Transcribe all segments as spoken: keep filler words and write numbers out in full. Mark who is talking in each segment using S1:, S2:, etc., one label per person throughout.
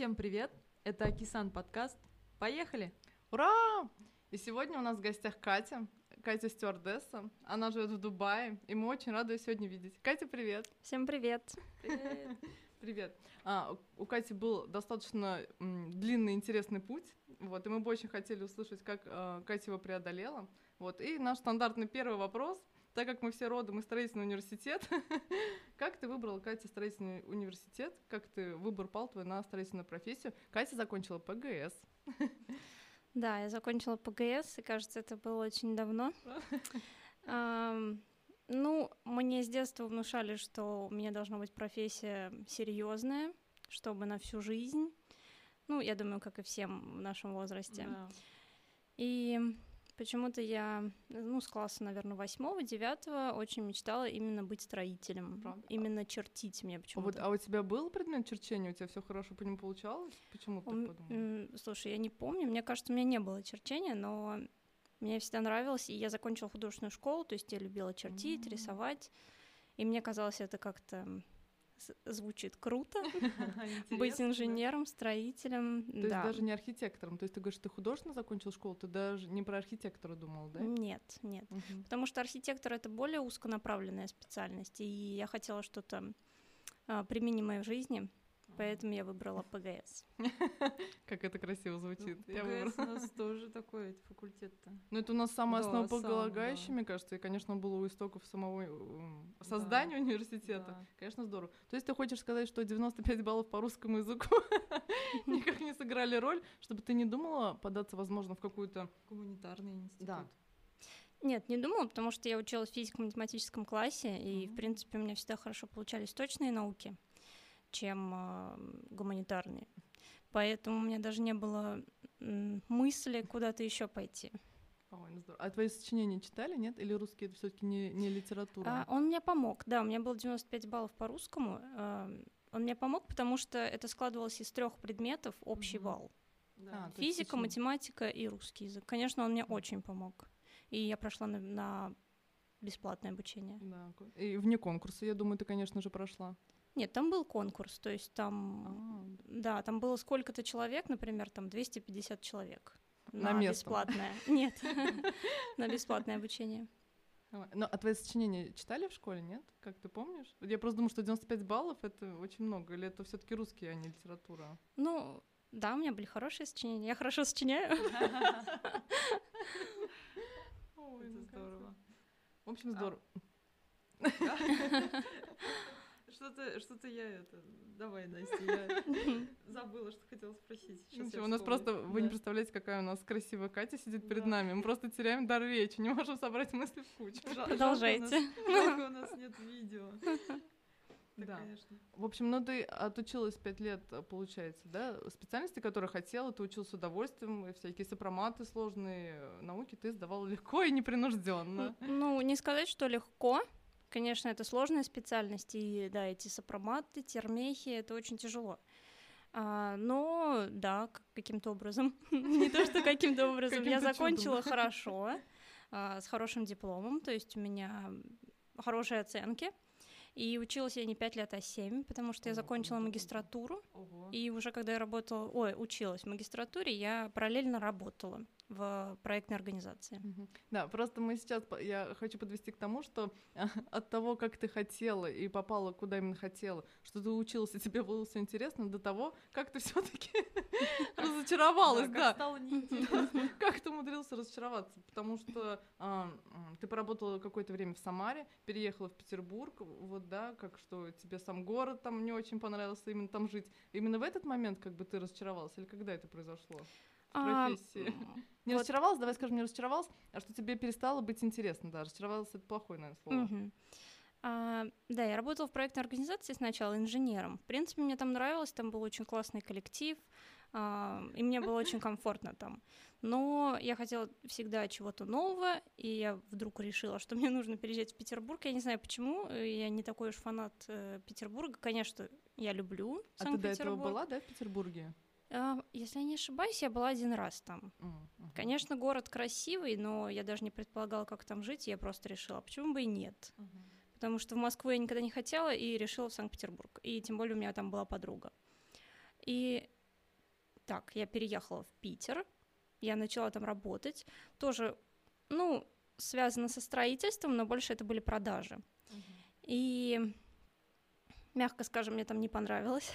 S1: Всем привет! Это Акисан подкаст. Поехали!
S2: Ура! И сегодня у нас в гостях Катя. Катя стюардесса. Она живет в Дубае, и мы очень рады ее сегодня видеть. Катя, привет!
S3: Всем привет!
S1: Привет!
S2: Привет! А, у Кати был достаточно м, длинный интересный путь, вот, и мы бы очень хотели услышать, как э, Катя его преодолела. Вот, и наш стандартный первый вопрос, так как мы все родом из строительного университета, как ты выбрала, Катя, строительный университет, как ты выбор пал твой на строительную профессию? Катя закончила ПГС.
S3: Да, я закончила ПГС, и, кажется, это было очень давно. Ну, мне с детства внушали, что у меня должна быть профессия серьезная, чтобы на всю жизнь. Ну, я думаю, как и всем в нашем возрасте.
S1: Да.
S3: И почему-то я, ну, с класса, наверное, восьмого, девятого очень мечтала именно быть строителем.
S2: Правда?
S3: Именно чертить мне почему-то.
S2: Вот, а у тебя был предмет черчения? У тебя все хорошо по нему получалось? Почему ты
S3: У м-
S2: так подумала?
S3: м, Слушай, я не помню. Мне кажется, у меня не было черчения, но мне всегда нравилось. И я закончила художественную школу, то есть я любила чертить,
S2: М.
S3: рисовать. И мне казалось, это как-то с- звучит круто.
S1: Интересно,
S3: Быть
S1: да?
S3: инженером, строителем.
S2: То есть
S3: Да.
S2: даже не архитектором. То есть ты говоришь, что ты художественно закончил школу, ты даже не про архитектора думал, да?
S3: Нет, нет.
S2: Мгм.
S3: Потому что архитектор — это более узконаправленная специальность, и я хотела что-то а, применимое в жизни, поэтому я выбрала ПГС.
S2: Как это красиво звучит.
S1: Ну,
S2: Я
S1: ПГС
S2: выбрала.
S1: у нас тоже такой это факультет-то.
S2: Ну, это у нас самый
S1: Да,
S2: основополагающий,
S1: самый, да.
S2: мне кажется, и, конечно, он был у истоков самого м, создания университета.
S1: Да.
S2: Конечно, здорово. То есть ты хочешь сказать, что девяносто пять баллов по русскому языку никак не сыграли роль, чтобы ты не думала податься, возможно, в какую-то...
S1: Гуманитарный институт.
S2: Да.
S3: Нет, не думала, потому что я училась в физико-математическом классе, и, в
S2: Мгм.
S3: принципе, у меня всегда хорошо получались точные науки, чем э, гуманитарные. Поэтому у меня даже не было м, мысли куда-то еще пойти.
S2: Ой, ну здорово. А твои сочинения читали, нет? Или русский это все таки не, не литература?
S3: А, он мне помог, да, у меня было девяносто пять баллов по русскому. э, Он мне помог, потому что это складывалось из трех предметов, общий
S1: Мгм.
S3: балл.
S1: Да.
S2: А, то есть
S3: Физика,
S2: сочинение.
S3: математика и русский язык. Конечно, он мне очень помог. И я прошла на, на бесплатное обучение.
S2: Да. ко- И вне конкурса, я думаю, ты, конечно же, прошла.
S3: Нет, там был конкурс, то есть там,
S2: А,
S3: да, там было сколько-то человек, например, там двести пятьдесят человек.
S2: На местном.
S3: бесплатное. Нет, на бесплатное обучение.
S2: давай. Ну, а твои сочинения читали в школе, нет? Как ты помнишь? Я просто думаю, что девяносто пять баллов — это очень много. Или это все таки русский, а не литература?
S3: Ну, да, у меня были хорошие сочинения. Я хорошо сочиняю.
S2: Ой,
S1: Это
S2: ну,
S1: здорово.
S2: В общем,
S1: А,
S2: здорово.
S1: Что-то, что-то я это... Давай, Настя, я забыла, что хотела спросить. Сейчас
S2: Ничего,
S1: я
S2: у нас
S1: вспомню.
S2: просто, вы не
S1: Да.
S2: представляете, какая у нас красивая Катя сидит перед
S1: Да.
S2: нами. Мы просто теряем дар речи, не можем собрать мысли в кучу.
S1: Жал-
S3: Продолжайте.
S1: Жалко у нас, жалко, у нас нет видео. Так,
S2: Да.
S1: конечно.
S2: В общем, ну ты отучилась пять лет, получается, да? Специальности, которые хотела, ты училась с удовольствием, и всякие сопроматы, сложные э, науки ты сдавала легко и непринужденно.
S3: Ну, не сказать, что легко. Конечно, это сложная специальность, и да, эти сопроматы, термехи, это очень тяжело. А, но да, к- каким-то образом, не то что каким-то образом, я
S2: Каким-то чудом.
S3: закончила хорошо, а, с хорошим дипломом, то есть у меня хорошие оценки. И училась я не пять лет, а семь, потому что я
S2: О,
S3: закончила
S2: круто.
S3: магистратуру.
S1: Ого.
S3: И уже когда я работала, ой, училась в магистратуре, я параллельно работала в проектной организации.
S2: Мгм. Да, просто мы сейчас, по- я хочу подвести к тому, что от того, как ты хотела и попала куда именно хотела, что ты училась и тебе было все интересно, до того, как ты все-таки разочаровалась,
S1: Да,
S2: да.
S1: как стало неинтересно.
S2: Как ты умудрился разочароваться? Потому что а, м, ты поработала какое-то время в Самаре, переехала в Петербург, вот, да, как что тебе сам город там не очень понравился именно там жить. Именно в этот момент как бы ты разочаровалась или когда это произошло? В
S3: А,
S2: профессии.
S3: м,
S2: Не
S3: вот.
S2: разочаровалась, давай скажем, не разочаровалась, а что тебе перестало быть интересно, да, разочаровалась — это плохое, наверное, слово.
S3: Мгм. А, да, я работала в проектной организации сначала инженером. В принципе, мне там нравилось, там был очень классный коллектив, а, и мне было очень комфортно там. Но я хотела всегда чего-то нового, и я вдруг решила, что мне нужно переезжать в Петербург. Я не знаю почему, э, я не такой уж фанат э, Петербурга. Конечно, я люблю
S2: А ты до этого
S3: Санкт-Петербург.
S2: была, да, в Петербурге?
S3: А, если я не ошибаюсь, я была один раз там.
S2: М, мгм.
S3: Конечно, город красивый, но я даже не предполагала, как там жить, и я просто решила, а почему бы и нет.
S1: Мгм.
S3: Потому что в Москву я никогда не хотела и решила в Санкт-Петербург. И тем более у меня там была подруга. И так, я переехала в Питер, я начала там работать, тоже, ну, связано со строительством, но больше это были продажи. Uh-huh. И, мягко скажем, мне там не понравилось.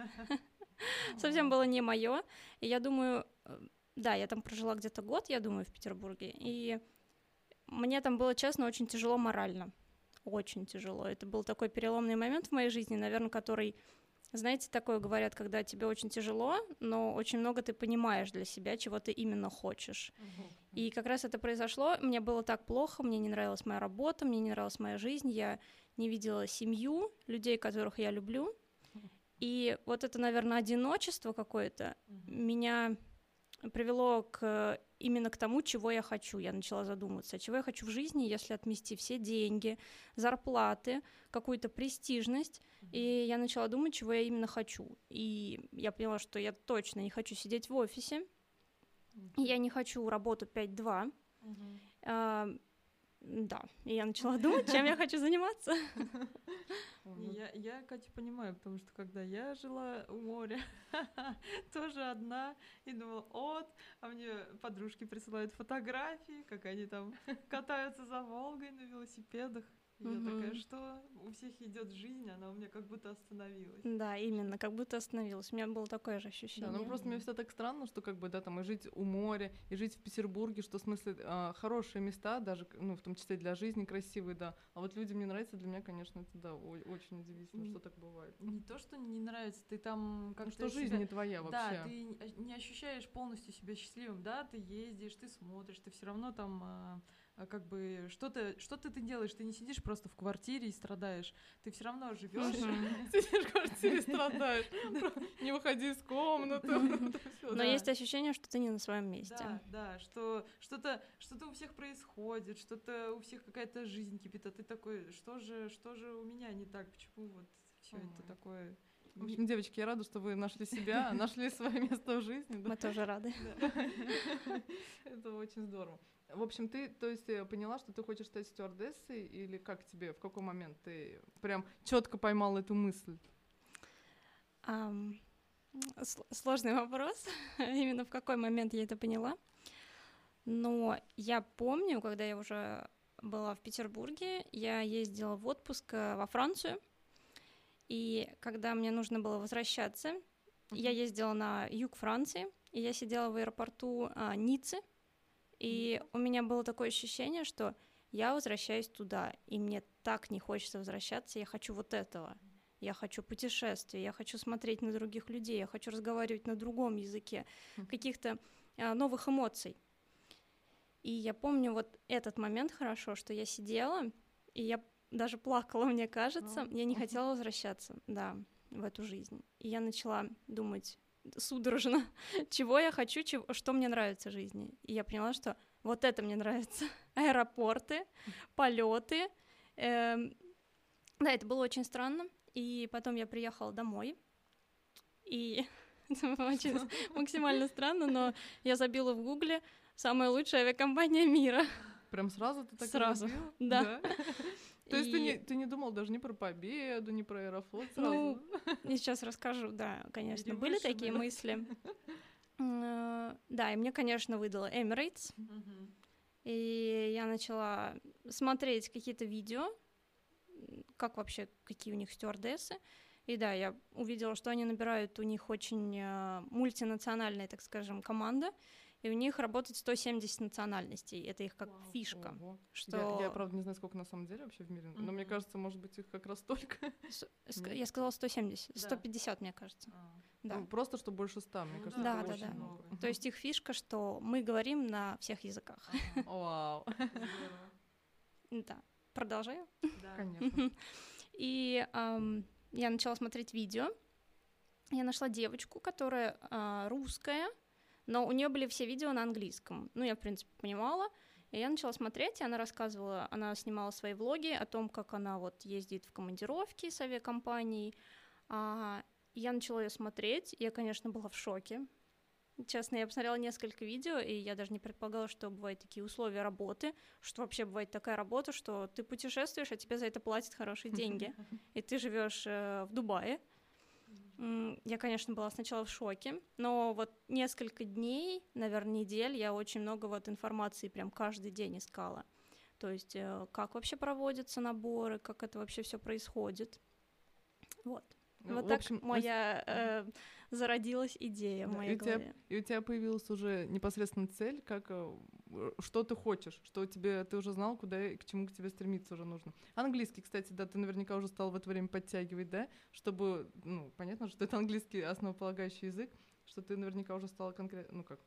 S3: Совсем было не мое. И я думаю, да, я там прожила где-то год, я думаю, в Петербурге, и мне там было, честно, очень тяжело морально. Очень тяжело. Это был такой переломный момент в моей жизни, наверное, который, знаете, такое говорят, когда тебе очень тяжело, но очень много ты понимаешь для себя, чего ты именно хочешь. Uh-huh. И как раз это произошло. Мне было так плохо, мне не нравилась моя работа, мне не нравилась моя жизнь, я не видела семью, людей, которых я люблю. И вот это, наверное, одиночество какое-то uh-huh. меня привело к, именно к тому, чего я хочу. Я начала задумываться, чего я хочу в жизни, если отмести все деньги, зарплаты, какую-то престижность. Uh-huh. И я начала думать, чего я именно хочу. И я поняла, что я точно не хочу сидеть в офисе, uh-huh. я не хочу работу пять-два. Uh-huh. А, да, и я начала думать, чем я хочу заниматься.
S1: Я, я, Катя, понимаю, потому что когда я жила у моря, тоже одна, и думала, от, а мне подружки присылают фотографии, как они там катаются за Волгой на велосипедах. И я такая, что у всех идет жизнь, она у меня как будто остановилась.
S3: Да, именно, как будто остановилась. У меня было такое же ощущение.
S2: Да, ну просто мне всегда так странно, что как бы, да, там и жить у моря, и жить в Петербурге, что в смысле э, хорошие места, даже, ну, в том числе для жизни красивые, да. А вот людям не нравится, для меня, конечно, это, да, о- очень удивительно,
S1: не,
S2: что так бывает.
S1: Не то, что не нравится, ты там как-то...
S2: Ну, что жизнь
S1: себя...
S2: не твоя вообще.
S1: Да, ты не ощущаешь полностью себя счастливым, да, ты ездишь, ты смотришь, ты все равно там... Э, как бы что-то, что-то ты делаешь, ты не сидишь просто в квартире и страдаешь, ты все равно живешь.
S2: Сидишь в квартире и страдаешь, не выходи из комнаты.
S3: Но есть ощущение, что ты не на своем месте.
S1: Да, да, что что-то, что-то у всех происходит, что-то у всех какая-то жизнь кипит, а ты такой, что же, что же у меня не так, почему вот все это такое.
S2: В общем, девочки, я рада, что вы нашли себя, нашли свое место в жизни.
S3: Мы тоже рады.
S2: Это очень здорово. В общем, ты, то есть, поняла, что ты хочешь стать стюардессой, или как тебе, в какой момент ты прям четко поймала эту мысль?
S3: Um, сложный вопрос, именно в какой момент я это поняла. Но я помню, когда я уже была в Петербурге, я ездила в отпуск во Францию, и когда мне нужно было возвращаться, uh-huh. я ездила на юг Франции, и я сидела в аэропорту а, Ниццы, и у меня было такое ощущение, что я возвращаюсь туда, и мне так не хочется возвращаться, я хочу вот этого. Я хочу путешествий, я хочу смотреть на других людей, я хочу разговаривать на другом языке, каких-то а, новых эмоций. И я помню вот этот момент хорошо, что я сидела, и я даже плакала, мне кажется, oh. я не хотела возвращаться, да, в эту жизнь. И я начала думать судорожно, чего я хочу, чего, что мне нравится в жизни. И я поняла, что вот это мне нравится. Аэропорты, полеты. Эм, да, это было очень странно. И потом я приехала домой. И это было очень максимально странно, но я забила в гугле «Самая лучшая авиакомпания мира».
S2: Прям сразу ты так
S3: Сразу,
S2: забила?
S3: да.
S2: То есть и... ты, не, ты не думал даже ни про Победу, ни про Аэрофлот сразу?
S3: Ну, я сейчас расскажу, да, конечно, Или были выше, такие да? мысли. Да, и мне, конечно, выдало Emirates. Uh-huh. И я начала смотреть какие-то видео, как вообще, какие у них стюардессы. И да, я увидела, что они набирают, у них очень мультинациональная, так скажем, команда. И у них работает сто семьдесят национальностей. Это их как wow. фишка.
S2: Ого.
S3: Что...
S2: Я, я, правда, не знаю, сколько на самом деле вообще в мире, mm-hmm. но мне кажется, может быть, их как раз столько.
S3: С- я сказала сто семьдесят, да. сто пятьдесят, мне кажется.
S2: А.
S3: Да.
S2: Ну, просто, что больше ста, мне кажется,
S3: да,
S2: это
S3: да,
S2: очень
S3: да.
S2: много.
S3: То есть их фишка, что мы говорим на всех языках.
S2: Вау.
S3: Да. Продолжаю?
S2: Да. Конечно.
S3: И я начала смотреть видео. Я нашла девочку, которая русская, но у нее были все видео на английском. Ну, я, в принципе, понимала. И я начала смотреть, и она рассказывала, она снимала свои влоги о том, как она вот ездит в командировки с авиакомпанией. А, я начала ее смотреть, и я, конечно, была в шоке. Честно, я посмотрела несколько видео, и я даже не предполагала, что бывают такие условия работы, что вообще бывает такая работа, что ты путешествуешь, а тебе за это платят хорошие деньги, и ты живешь э, в Дубае. Я, конечно, была сначала в шоке, но вот несколько дней, наверное, недель я очень много вот информации прям каждый день искала. То есть как вообще проводятся наборы, как это вообще все происходит. Вот.
S2: Ну,
S3: вот
S2: в
S3: так
S2: общем,
S3: моя э, зародилась идея
S2: да,
S3: в моей
S2: и
S3: голове.
S2: У тебя, и у тебя появилась уже непосредственно цель, как, что ты хочешь, что тебе, ты уже знал, куда и к чему к тебе стремиться уже нужно. Английский, кстати, да, ты наверняка уже стал в это время подтягивать, да, чтобы, ну, понятно, что это английский основополагающий язык, что ты наверняка уже стала конкретно, ну как,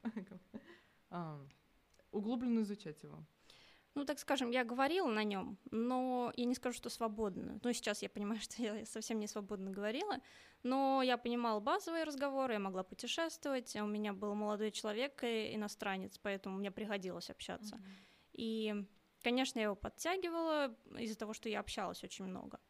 S2: а, углубленно изучать его.
S3: Ну, так скажем, я говорила на нем, но я не скажу, что свободно. Ну, сейчас я понимаю, что я совсем не свободно говорила, но я понимала базовые разговоры, я могла путешествовать, у меня был молодой человек, иностранец, поэтому мне приходилось общаться. Mm-hmm. И, конечно, я его подтягивала из-за того, что я общалась очень много.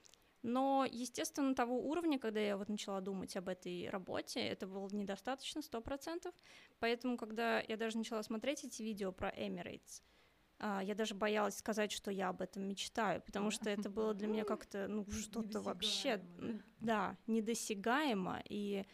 S3: Но, естественно, того уровня, когда я вот начала думать об этой работе, это было недостаточно, сто процентов. Поэтому, когда я даже начала смотреть эти видео про Emirates, я даже боялась сказать, что я об этом мечтаю, потому что это было для меня как-то, ну, что-то вообще, да, недосягаемо, и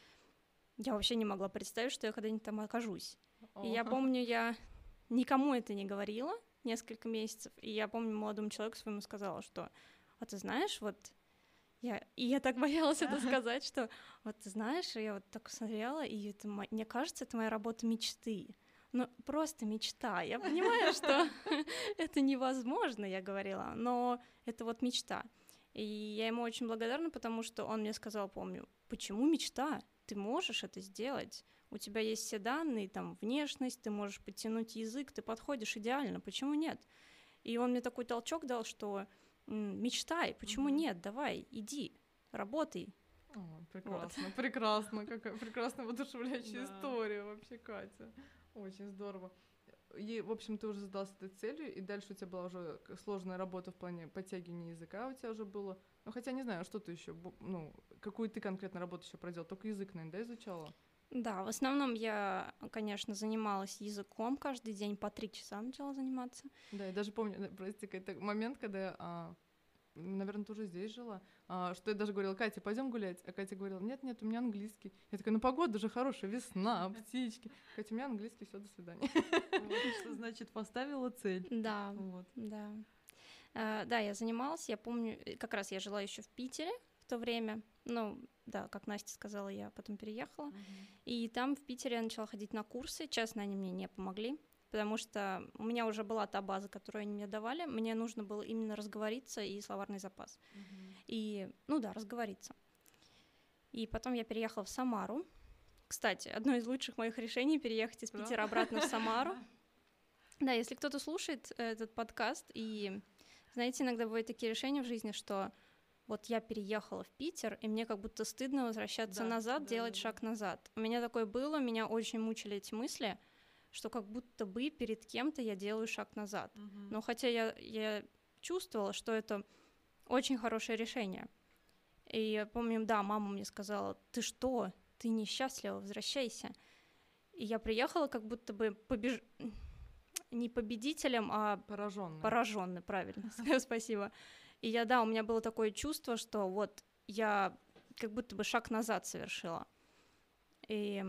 S3: я вообще не могла представить, что я когда-нибудь там окажусь. И я помню, я никому это не говорила несколько месяцев, и я помню, молодому человеку своему сказала, что, а ты знаешь, вот, я... и я так боялась это сказать, что, вот ты знаешь, я вот так смотрела, и это, мне кажется, это моя работа мечты. Ну, просто мечта. Я понимаю, что это невозможно, я говорила, но это вот мечта. И я ему очень благодарна, потому что он мне сказал, помню, почему мечта? Ты можешь это сделать. У тебя есть все данные, там, внешность, ты можешь подтянуть язык, ты подходишь идеально, почему нет? И он мне такой толчок дал, что мечтай, почему mm-hmm. нет, давай, иди, работай.
S2: О, прекрасно, вот. прекрасно, какая прекрасная воодушевляющая история вообще, Катя. Очень здорово. И, в общем, ты уже задалась этой целью, и дальше у тебя была уже сложная работа в плане подтягивания языка у тебя уже было. Ну, хотя не знаю, что ты еще, ну, какую ты конкретно работу еще проделала? Только язык, наверное, да, изучала?
S3: Да, в основном я, конечно, занималась языком каждый день, по три часа начала заниматься.
S2: Да, я даже помню, прости, какой-то момент, когда... А... наверное, ты уже здесь жила, а, что я даже говорила, Катя, пойдем гулять, а Катя говорила, нет-нет, у меня английский. Я такая, ну погода же хорошая, весна, птички. Катя, у меня английский, все, до свидания.
S1: Вот что значит поставила цель.
S3: Да, вот. да. А, да, я занималась, я помню, как раз я жила еще в Питере в то время, ну, да, как Настя сказала, я потом переехала, uh-huh. и там в Питере я начала ходить на курсы, честно, они мне не помогли, потому что у меня уже была та база, которую они мне давали, мне нужно было именно разговориться и словарный запас. Uh-huh. И, ну да, разговориться. И потом я переехала в Самару. Кстати, одно из лучших моих решений — переехать из Питера обратно в Самару. Да, если кто-то слушает этот подкаст, и, знаете, иногда бывают такие решения в жизни, что вот я переехала в Питер, и мне как будто стыдно возвращаться да, назад, да, делать да, шаг да. назад. У меня такое было, меня очень мучили эти мысли, что как будто бы перед кем-то я делаю шаг назад. Uh-huh. Но хотя я, я чувствовала, что это очень хорошее решение. И я помню, да, мама мне сказала, ты что, ты несчастлива, возвращайся. И я приехала как будто бы побеж... не победителем, а
S2: поражённой.
S3: Поражённой, правильно, спасибо. И я, да, у меня было такое чувство, что вот я как будто бы шаг назад совершила. И...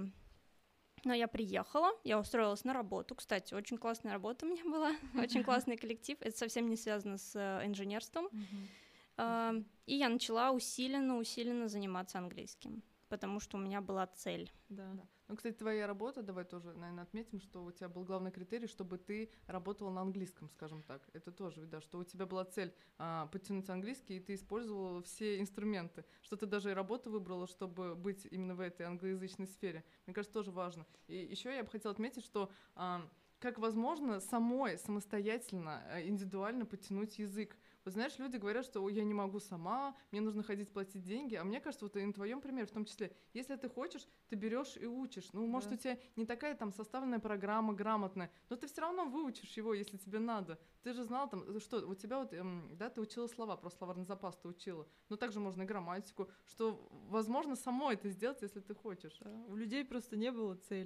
S3: Но я приехала, я устроилась на работу. Кстати, очень классная работа у меня была, очень классный коллектив. Это совсем не связано с инженерством. Uh-huh. И я начала усиленно, усиленно заниматься английским, потому что у меня была цель.
S2: Да. Да. Ну, кстати, твоя работа, давай тоже, наверное, отметим, что у тебя был главный критерий, чтобы ты работала на английском, скажем так. Это тоже, да, что у тебя была цель а, подтянуть английский, и ты использовала все инструменты, что ты даже и работу выбрала, чтобы быть именно в этой англоязычной сфере. Мне кажется, тоже важно. И еще я бы хотела отметить, что а, как возможно самой, самостоятельно, индивидуально подтянуть язык. Вот знаешь, люди говорят, что я не могу сама, мне нужно ходить платить деньги, а мне кажется, вот и на твоем примере в том числе, если ты хочешь, ты берешь и учишь. Ну, может, да. у тебя не такая там составленная программа грамотная, но ты все равно выучишь его, если тебе надо. Ты же знал там, что у тебя вот, эм, да, ты учила слова, про словарный запас ты учила, но также можно и грамматику, что возможно само это сделать, если ты хочешь.
S1: Да, у людей просто не было цели.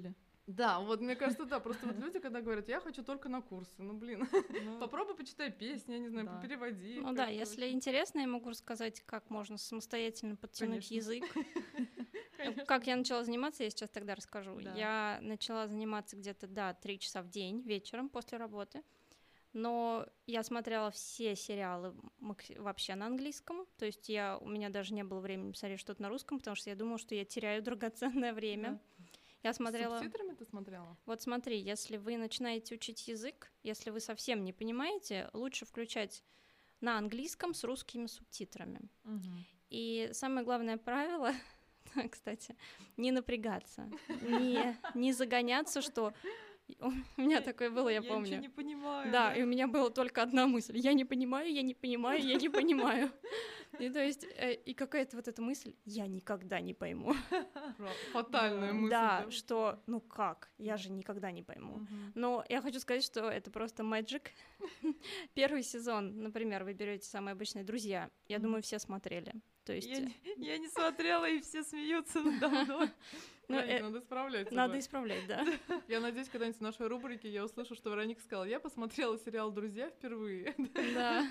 S2: Да, вот мне кажется, да, просто вот люди, когда говорят, я хочу только на курсы, ну блин,
S1: Ну,
S2: попробуй почитай песни, я не знаю,
S1: да.
S2: переводи.
S3: Ну да, если интересно, я могу рассказать, как можно самостоятельно подтянуть
S2: Конечно.
S3: язык. Как я начала заниматься, я сейчас тогда расскажу.
S1: Да.
S3: Я начала заниматься где-то, да, три часа в день вечером после работы. Но я смотрела все сериалы макс- вообще на английском. То есть я, у меня даже не было времени посмотреть что-то на русском, потому что я думала, что я теряю драгоценное время. Я смотрела...
S2: С субтитрами ты смотрела?
S3: Вот смотри, если вы начинаете учить язык, если вы совсем не понимаете, лучше включать на английском с русскими субтитрами.
S1: Мгм.
S3: И самое главное правило, кстати, не напрягаться, не, не загоняться, что у меня такое было, я
S1: Я ничего
S3: помню.
S1: не понимаю.
S3: Да, и у меня была только одна мысль: я не понимаю, я не понимаю, я не понимаю. И то есть, э, и какая-то вот эта мысль: я никогда не пойму.
S2: Фра- Фатальная
S1: Да.
S2: мысль.
S3: Да, что, ну как, я же никогда не пойму.
S1: Мгм.
S3: Но я хочу сказать, что это просто magic. Первый сезон, например, вы берете самые обычные «Друзья». Я
S1: Мгм.
S3: думаю, все смотрели. То есть
S1: Я, не- я не смотрела, и все смеются надо мной.
S3: ну,
S2: Вероника,
S3: э,
S2: надо исправлять
S3: надо
S2: уже.
S3: исправлять, да.
S2: Я надеюсь, когда-нибудь в нашей рубрике я услышу, что Вероника сказала, я посмотрела сериал «Друзья» впервые.
S3: Да.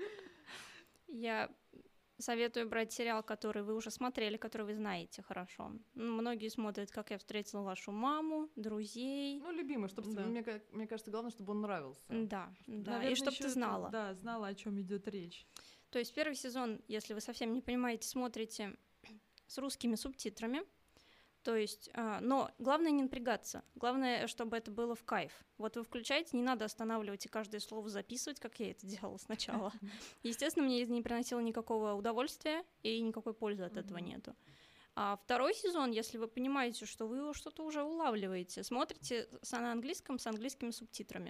S3: Я советую брать сериал, который вы уже смотрели, который вы знаете хорошо. Ну, многие смотрят «Как я встретила вашу маму», «Друзей».
S2: Ну, любимый, чтобы
S1: Да.
S2: мне, ка- мне кажется, главное, чтобы он нравился.
S3: Да, да.
S1: Наверное,
S3: И чтобы
S1: ещё
S3: ты
S1: это-
S3: знала.
S1: Да, знала, о чем идет речь.
S3: То есть первый сезон, если вы совсем не понимаете, смотрите с русскими субтитрами. То есть, а, но главное не напрягаться. Главное, чтобы это было в кайф. Вот вы включаете, не надо останавливать и каждое слово записывать, как я это делала сначала. Естественно, мне это не приносило никакого удовольствия и никакой пользы от этого
S1: Мгм.
S3: нету. А второй сезон, если вы понимаете, что вы что-то уже улавливаете, смотрите с- на английском с английскими субтитрами.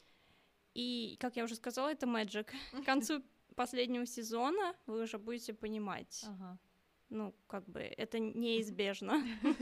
S3: И, как я уже сказала, это magic. К концу последнего сезона вы уже будете понимать.
S1: Ага.
S3: Ну, как бы это неизбежно.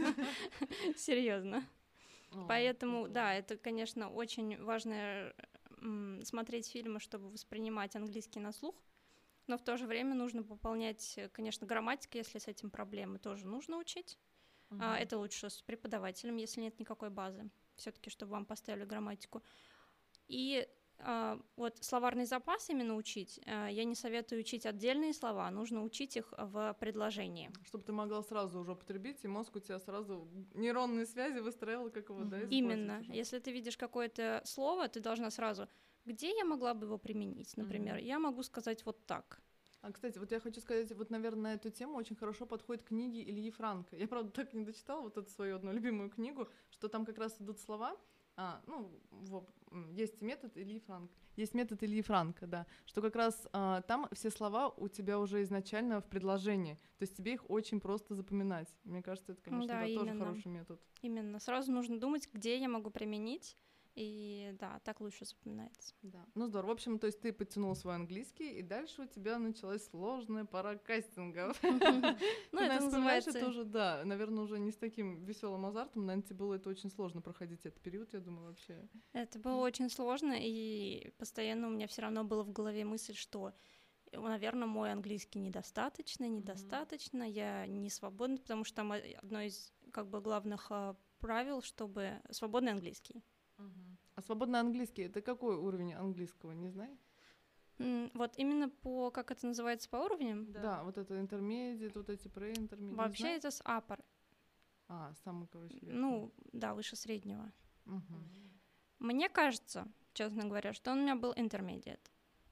S3: Серьезно.
S2: О,
S3: Поэтому,
S2: здорово.
S3: да, это, конечно, очень важно м, смотреть фильмы, чтобы воспринимать английский на слух. Но в то же время нужно пополнять, э, конечно, грамматику, если с этим проблемы, тоже нужно учить. А,
S1: Мгм.
S3: это лучше с преподавателем, если нет никакой базы. Все-таки, чтобы вам поставили грамматику. И а, вот словарный запас именно учить, а, я не советую учить отдельные слова, нужно учить их в предложении.
S2: Чтобы ты могла сразу уже употребить, и мозг у тебя сразу нейронные связи выстраивал, как его, да,
S1: Мгм.
S2: использовать
S3: Именно.
S2: уже.
S3: Если ты видишь какое-то слово, ты должна сразу, где я могла бы его применить, например,
S1: Мгм.
S3: я могу сказать вот так.
S2: А, кстати, вот я хочу сказать, вот, наверное, на эту тему очень хорошо подходят книги Ильи Франка. Я, правда, так и не дочитала вот эту свою одну любимую книгу, что там как раз идут слова, а, ну, вот, м, есть метод Ильи Франка, есть метод Ильи Франка, да, что как раз а, там все слова у тебя уже изначально в предложении, то есть тебе их очень просто запоминать. Мне кажется, это, конечно,
S3: Да,
S2: да, тоже
S3: именно.
S2: хороший метод.
S3: Именно. Сразу нужно думать, где я могу применить, и да, так лучше запоминается.
S2: Да. Ну здорово. В общем, то есть ты подтянул свой английский, и дальше у тебя началась сложная пора кастингов.
S3: Ну,
S2: Ты,
S3: это
S2: наверное, вспоминаешь
S3: называется...
S2: это уже, да, наверное, уже не с таким веселым азартом, наверное, тебе было это очень сложно проходить этот период, я думаю, вообще.
S3: Это было очень сложно, и постоянно у меня все равно было в голове мысль, что, наверное, мой английский недостаточно, недостаточно, я не свободна, потому что там о- одно из как бы главных а, правил, чтобы свободный английский.
S2: А свободный английский, это какой уровень английского, не знаешь?
S3: М, Вот именно по, как это называется, по уровням?
S2: Да, вот это интермедиат, вот эти pre-интермедиат.
S3: Вообще это с upper,
S2: А, самый, короче, верхний.
S3: ну, да, выше среднего.
S2: Мгм.
S3: Мне кажется, честно говоря, что он у меня был intermediate.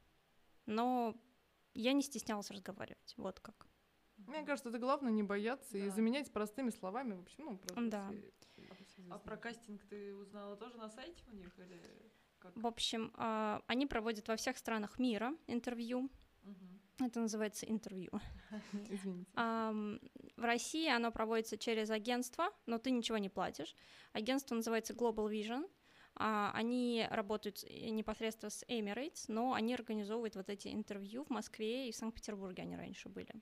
S3: Но я не стеснялась разговаривать, вот как.
S2: Мне кажется, это главное не бояться и
S1: Да.
S2: заменять простыми словами, в общем, ну, просто
S3: Да.
S2: все-
S1: А про кастинг ты узнала тоже на сайте у них или как?
S3: В общем, а, они проводят во всех странах мира интервью.
S1: Мгм.
S3: Это называется интервью.
S2: Извините.
S3: Ам, В России оно проводится через агентство, но ты ничего не платишь. Агентство называется Global Vision. А, Они работают с- э, непосредственно с Emirates, но они организовывают вот эти интервью в Москве и в Санкт-Петербурге они раньше были.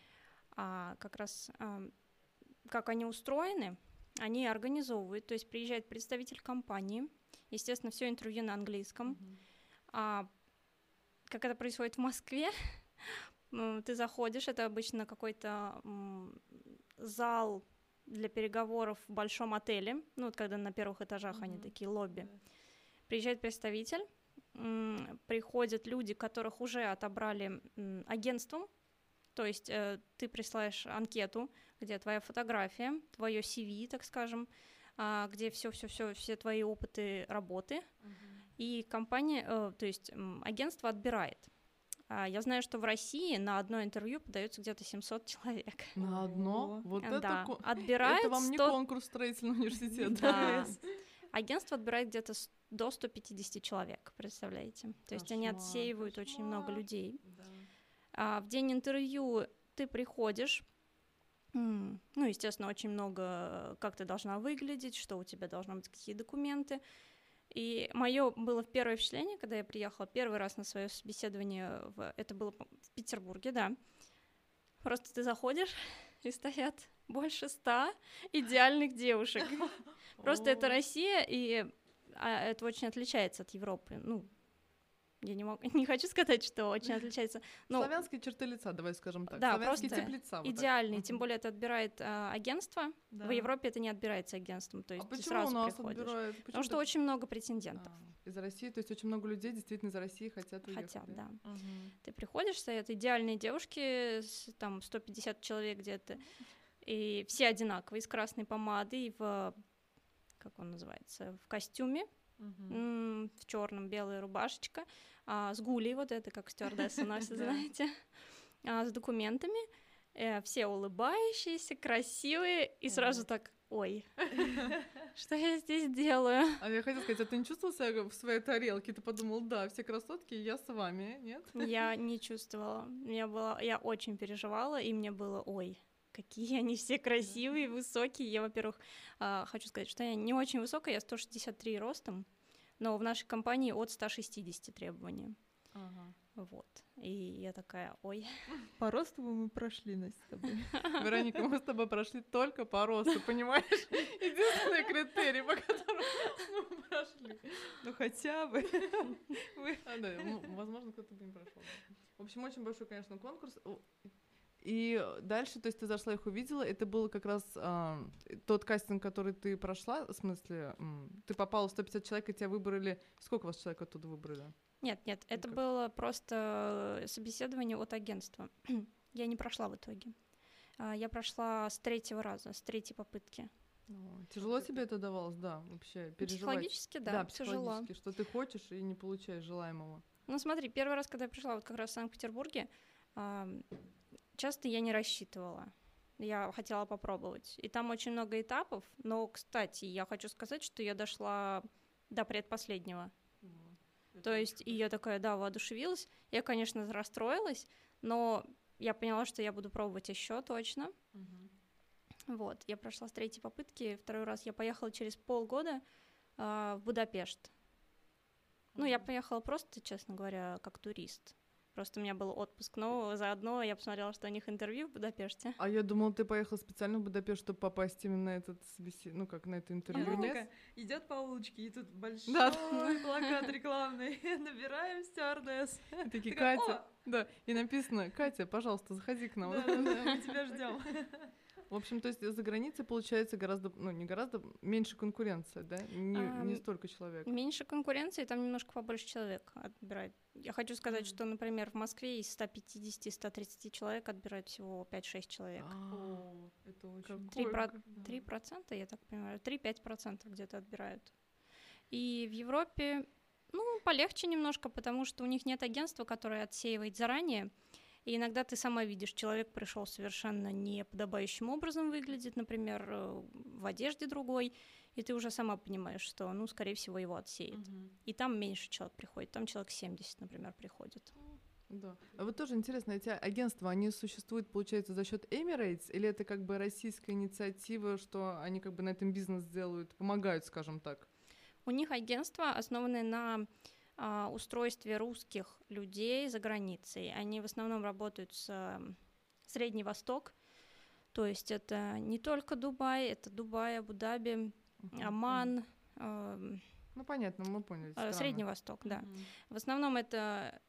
S3: А как раз ам, как они устроены, они организовывают, то есть приезжает представитель компании, естественно, все интервью на английском.
S1: Мгм.
S3: А как это происходит в Москве, м, ты заходишь, это обычно какой-то м, зал, для переговоров в большом отеле, ну вот когда на первых этажах mm-hmm. они такие лобби, yeah. приезжает представитель, м- приходят люди, которых уже отобрали м- агентством, то есть э, ты присылаешь анкету, где твоя фотография, твое си ви, так скажем, э, где все-все-все, все твои опыты работы, mm-hmm. и компания, э, то есть э, агентство отбирает. Я знаю, что в России на одно интервью подается где-то семьсот человек.
S2: На одно? Вот
S3: да.
S2: это... Ко...
S3: Отбирает
S2: это вам
S3: сто...
S2: не конкурс строительного университета.
S3: Да. Агентство отбирает где-то до ста пятидесяти человек, представляете? То есть они отсеивают кошмар. Очень много людей. Да. А в день интервью ты приходишь, ну, естественно, очень много, как ты должна выглядеть, что у тебя должны быть, какие документы. И мое было первое впечатление, когда я приехала первый раз на свое собеседование, в, это было в Петербурге, да. Просто ты заходишь, и стоят больше ста идеальных девушек. Просто это Россия, и это очень отличается от Европы. Ну, я не, мог, не хочу сказать, что очень отличается. Но...
S2: Славянские черты лица, давай скажем так.
S3: Да,
S2: славянский
S3: просто
S2: тип лица.
S3: идеальный.
S2: Вот
S3: Тем более это отбирает а, агентство. Да. В Европе это не отбирается агентством. То есть
S2: а
S3: ты
S2: почему
S3: сразу
S2: у нас
S3: приходишь.
S2: Отбирают? Почему
S3: Потому
S2: ты...
S3: что очень много претендентов.
S2: А, из России, то есть очень много людей действительно из России хотят уехать.
S3: Хотят, да.
S2: да. Угу.
S3: Ты приходишь, стоят идеальные девушки, там сто пятьдесят человек где-то, и все одинаковые, с красной помадой, в, как он называется, в костюме, uh-huh. в черном, белая рубашечка, а, с гулей, вот это, как стюардесса наша, знаете, а, с документами, э, все улыбающиеся, красивые, и сразу так, ой, что я здесь делаю?
S2: А я хотела сказать, а ты не чувствовала себя в своей тарелке? Ты подумал, да, все красотки, я с вами, нет?
S3: Я не чувствовала, я, была, я очень переживала, и мне было, ой, какие они все красивые, высокие. Я, во-первых, хочу сказать, что я не очень высокая, я сто шестьдесят три ростом, но в нашей компании от ста шестидесяти требования. Ага. Вот. И я такая, ой.
S1: По росту мы прошли, Настя, с тобой.
S2: Вероника, мы с тобой прошли только по росту, понимаешь? Единственный критерий, по которому мы прошли.
S1: Ну хотя бы.
S2: А, да, возможно, кто-то бы не прошел. В общем, очень большой, конечно, конкурс. И дальше, то есть ты зашла, их увидела, это был как раз а, тот кастинг, который ты прошла, в смысле, м, ты попала в сто пятьдесят человек, и тебя выбрали, сколько вас человек оттуда выбрали?
S3: Нет, нет, это как? Было просто собеседование от агентства. Я не прошла в итоге. Я прошла с третьего раза, с третьей попытки.
S2: О, тяжело тебе это давалось, да, вообще, переживать?
S3: Психологически, да,
S2: да
S3: тяжело.
S2: Психологически, что ты хочешь и не получаешь желаемого.
S3: Ну смотри, первый раз, когда я пришла вот как раз в Санкт-Петербурге, часто я не рассчитывала. Я хотела попробовать. И там очень много этапов. Но, кстати, я хочу сказать, что я дошла до предпоследнего. Mm-hmm. То есть, и я такая, да, воодушевилась. Я, конечно, расстроилась, но я поняла, что я буду пробовать еще точно. Mm-hmm. Вот, я прошла с третьей попытки. Второй раз я поехала через полгода э, в Будапешт. Mm-hmm. Ну, я поехала просто, честно говоря, как турист. Просто у меня был отпуск, но заодно я посмотрела, что у них интервью в Будапеште.
S2: А я думала, ты поехала специально в Будапешт, чтобы попасть именно на этот собесед... ну как на это интервью.
S1: Она такая, идет по улочке, и тут большой да. плакат рекламный. Набираем стюардесс.
S2: Такие, Катя, да, и написано, Катя, пожалуйста, заходи к нам.
S1: Да, да, да, мы тебя ждем.
S2: В общем, то есть за границей получается гораздо, ну не гораздо, меньше конкуренция, да? Не, а, не столько человек.
S3: Меньше конкуренции, там немножко побольше человек отбирает. Я хочу сказать, mm. что, например, в Москве из ста пятидесяти - ста тридцати человек отбирают всего пять-шесть человек.
S1: О, это очень...
S3: три процента, я так понимаю, три-пять процентов где-то отбирают. И в Европе, ну, полегче немножко, потому что у них нет агентства, которое отсеивает заранее. И иногда ты сама видишь, человек пришел совершенно неподобающим образом выглядит, например, в одежде другой, и ты уже сама понимаешь, что, ну, скорее всего, его отсеют. Uh-huh. И там меньше человек приходит, там человек семьдесят, например, приходит.
S2: Да. А вот тоже интересно, эти агентства, они существуют, получается, за счет Emirates, или это как бы российская инициатива, что они как бы на этом бизнес делают, помогают, скажем так?
S3: У них агентства, основанные на а, устройстве русских людей за границей. Они в основном работают с а, Средний Восток, то есть это не только Дубай, это Дубай, Абу-Даби, uh-huh. Оман. А,
S2: ну, понятно, мы поняли.
S3: А, Средний Восток, да. Uh-huh. В основном это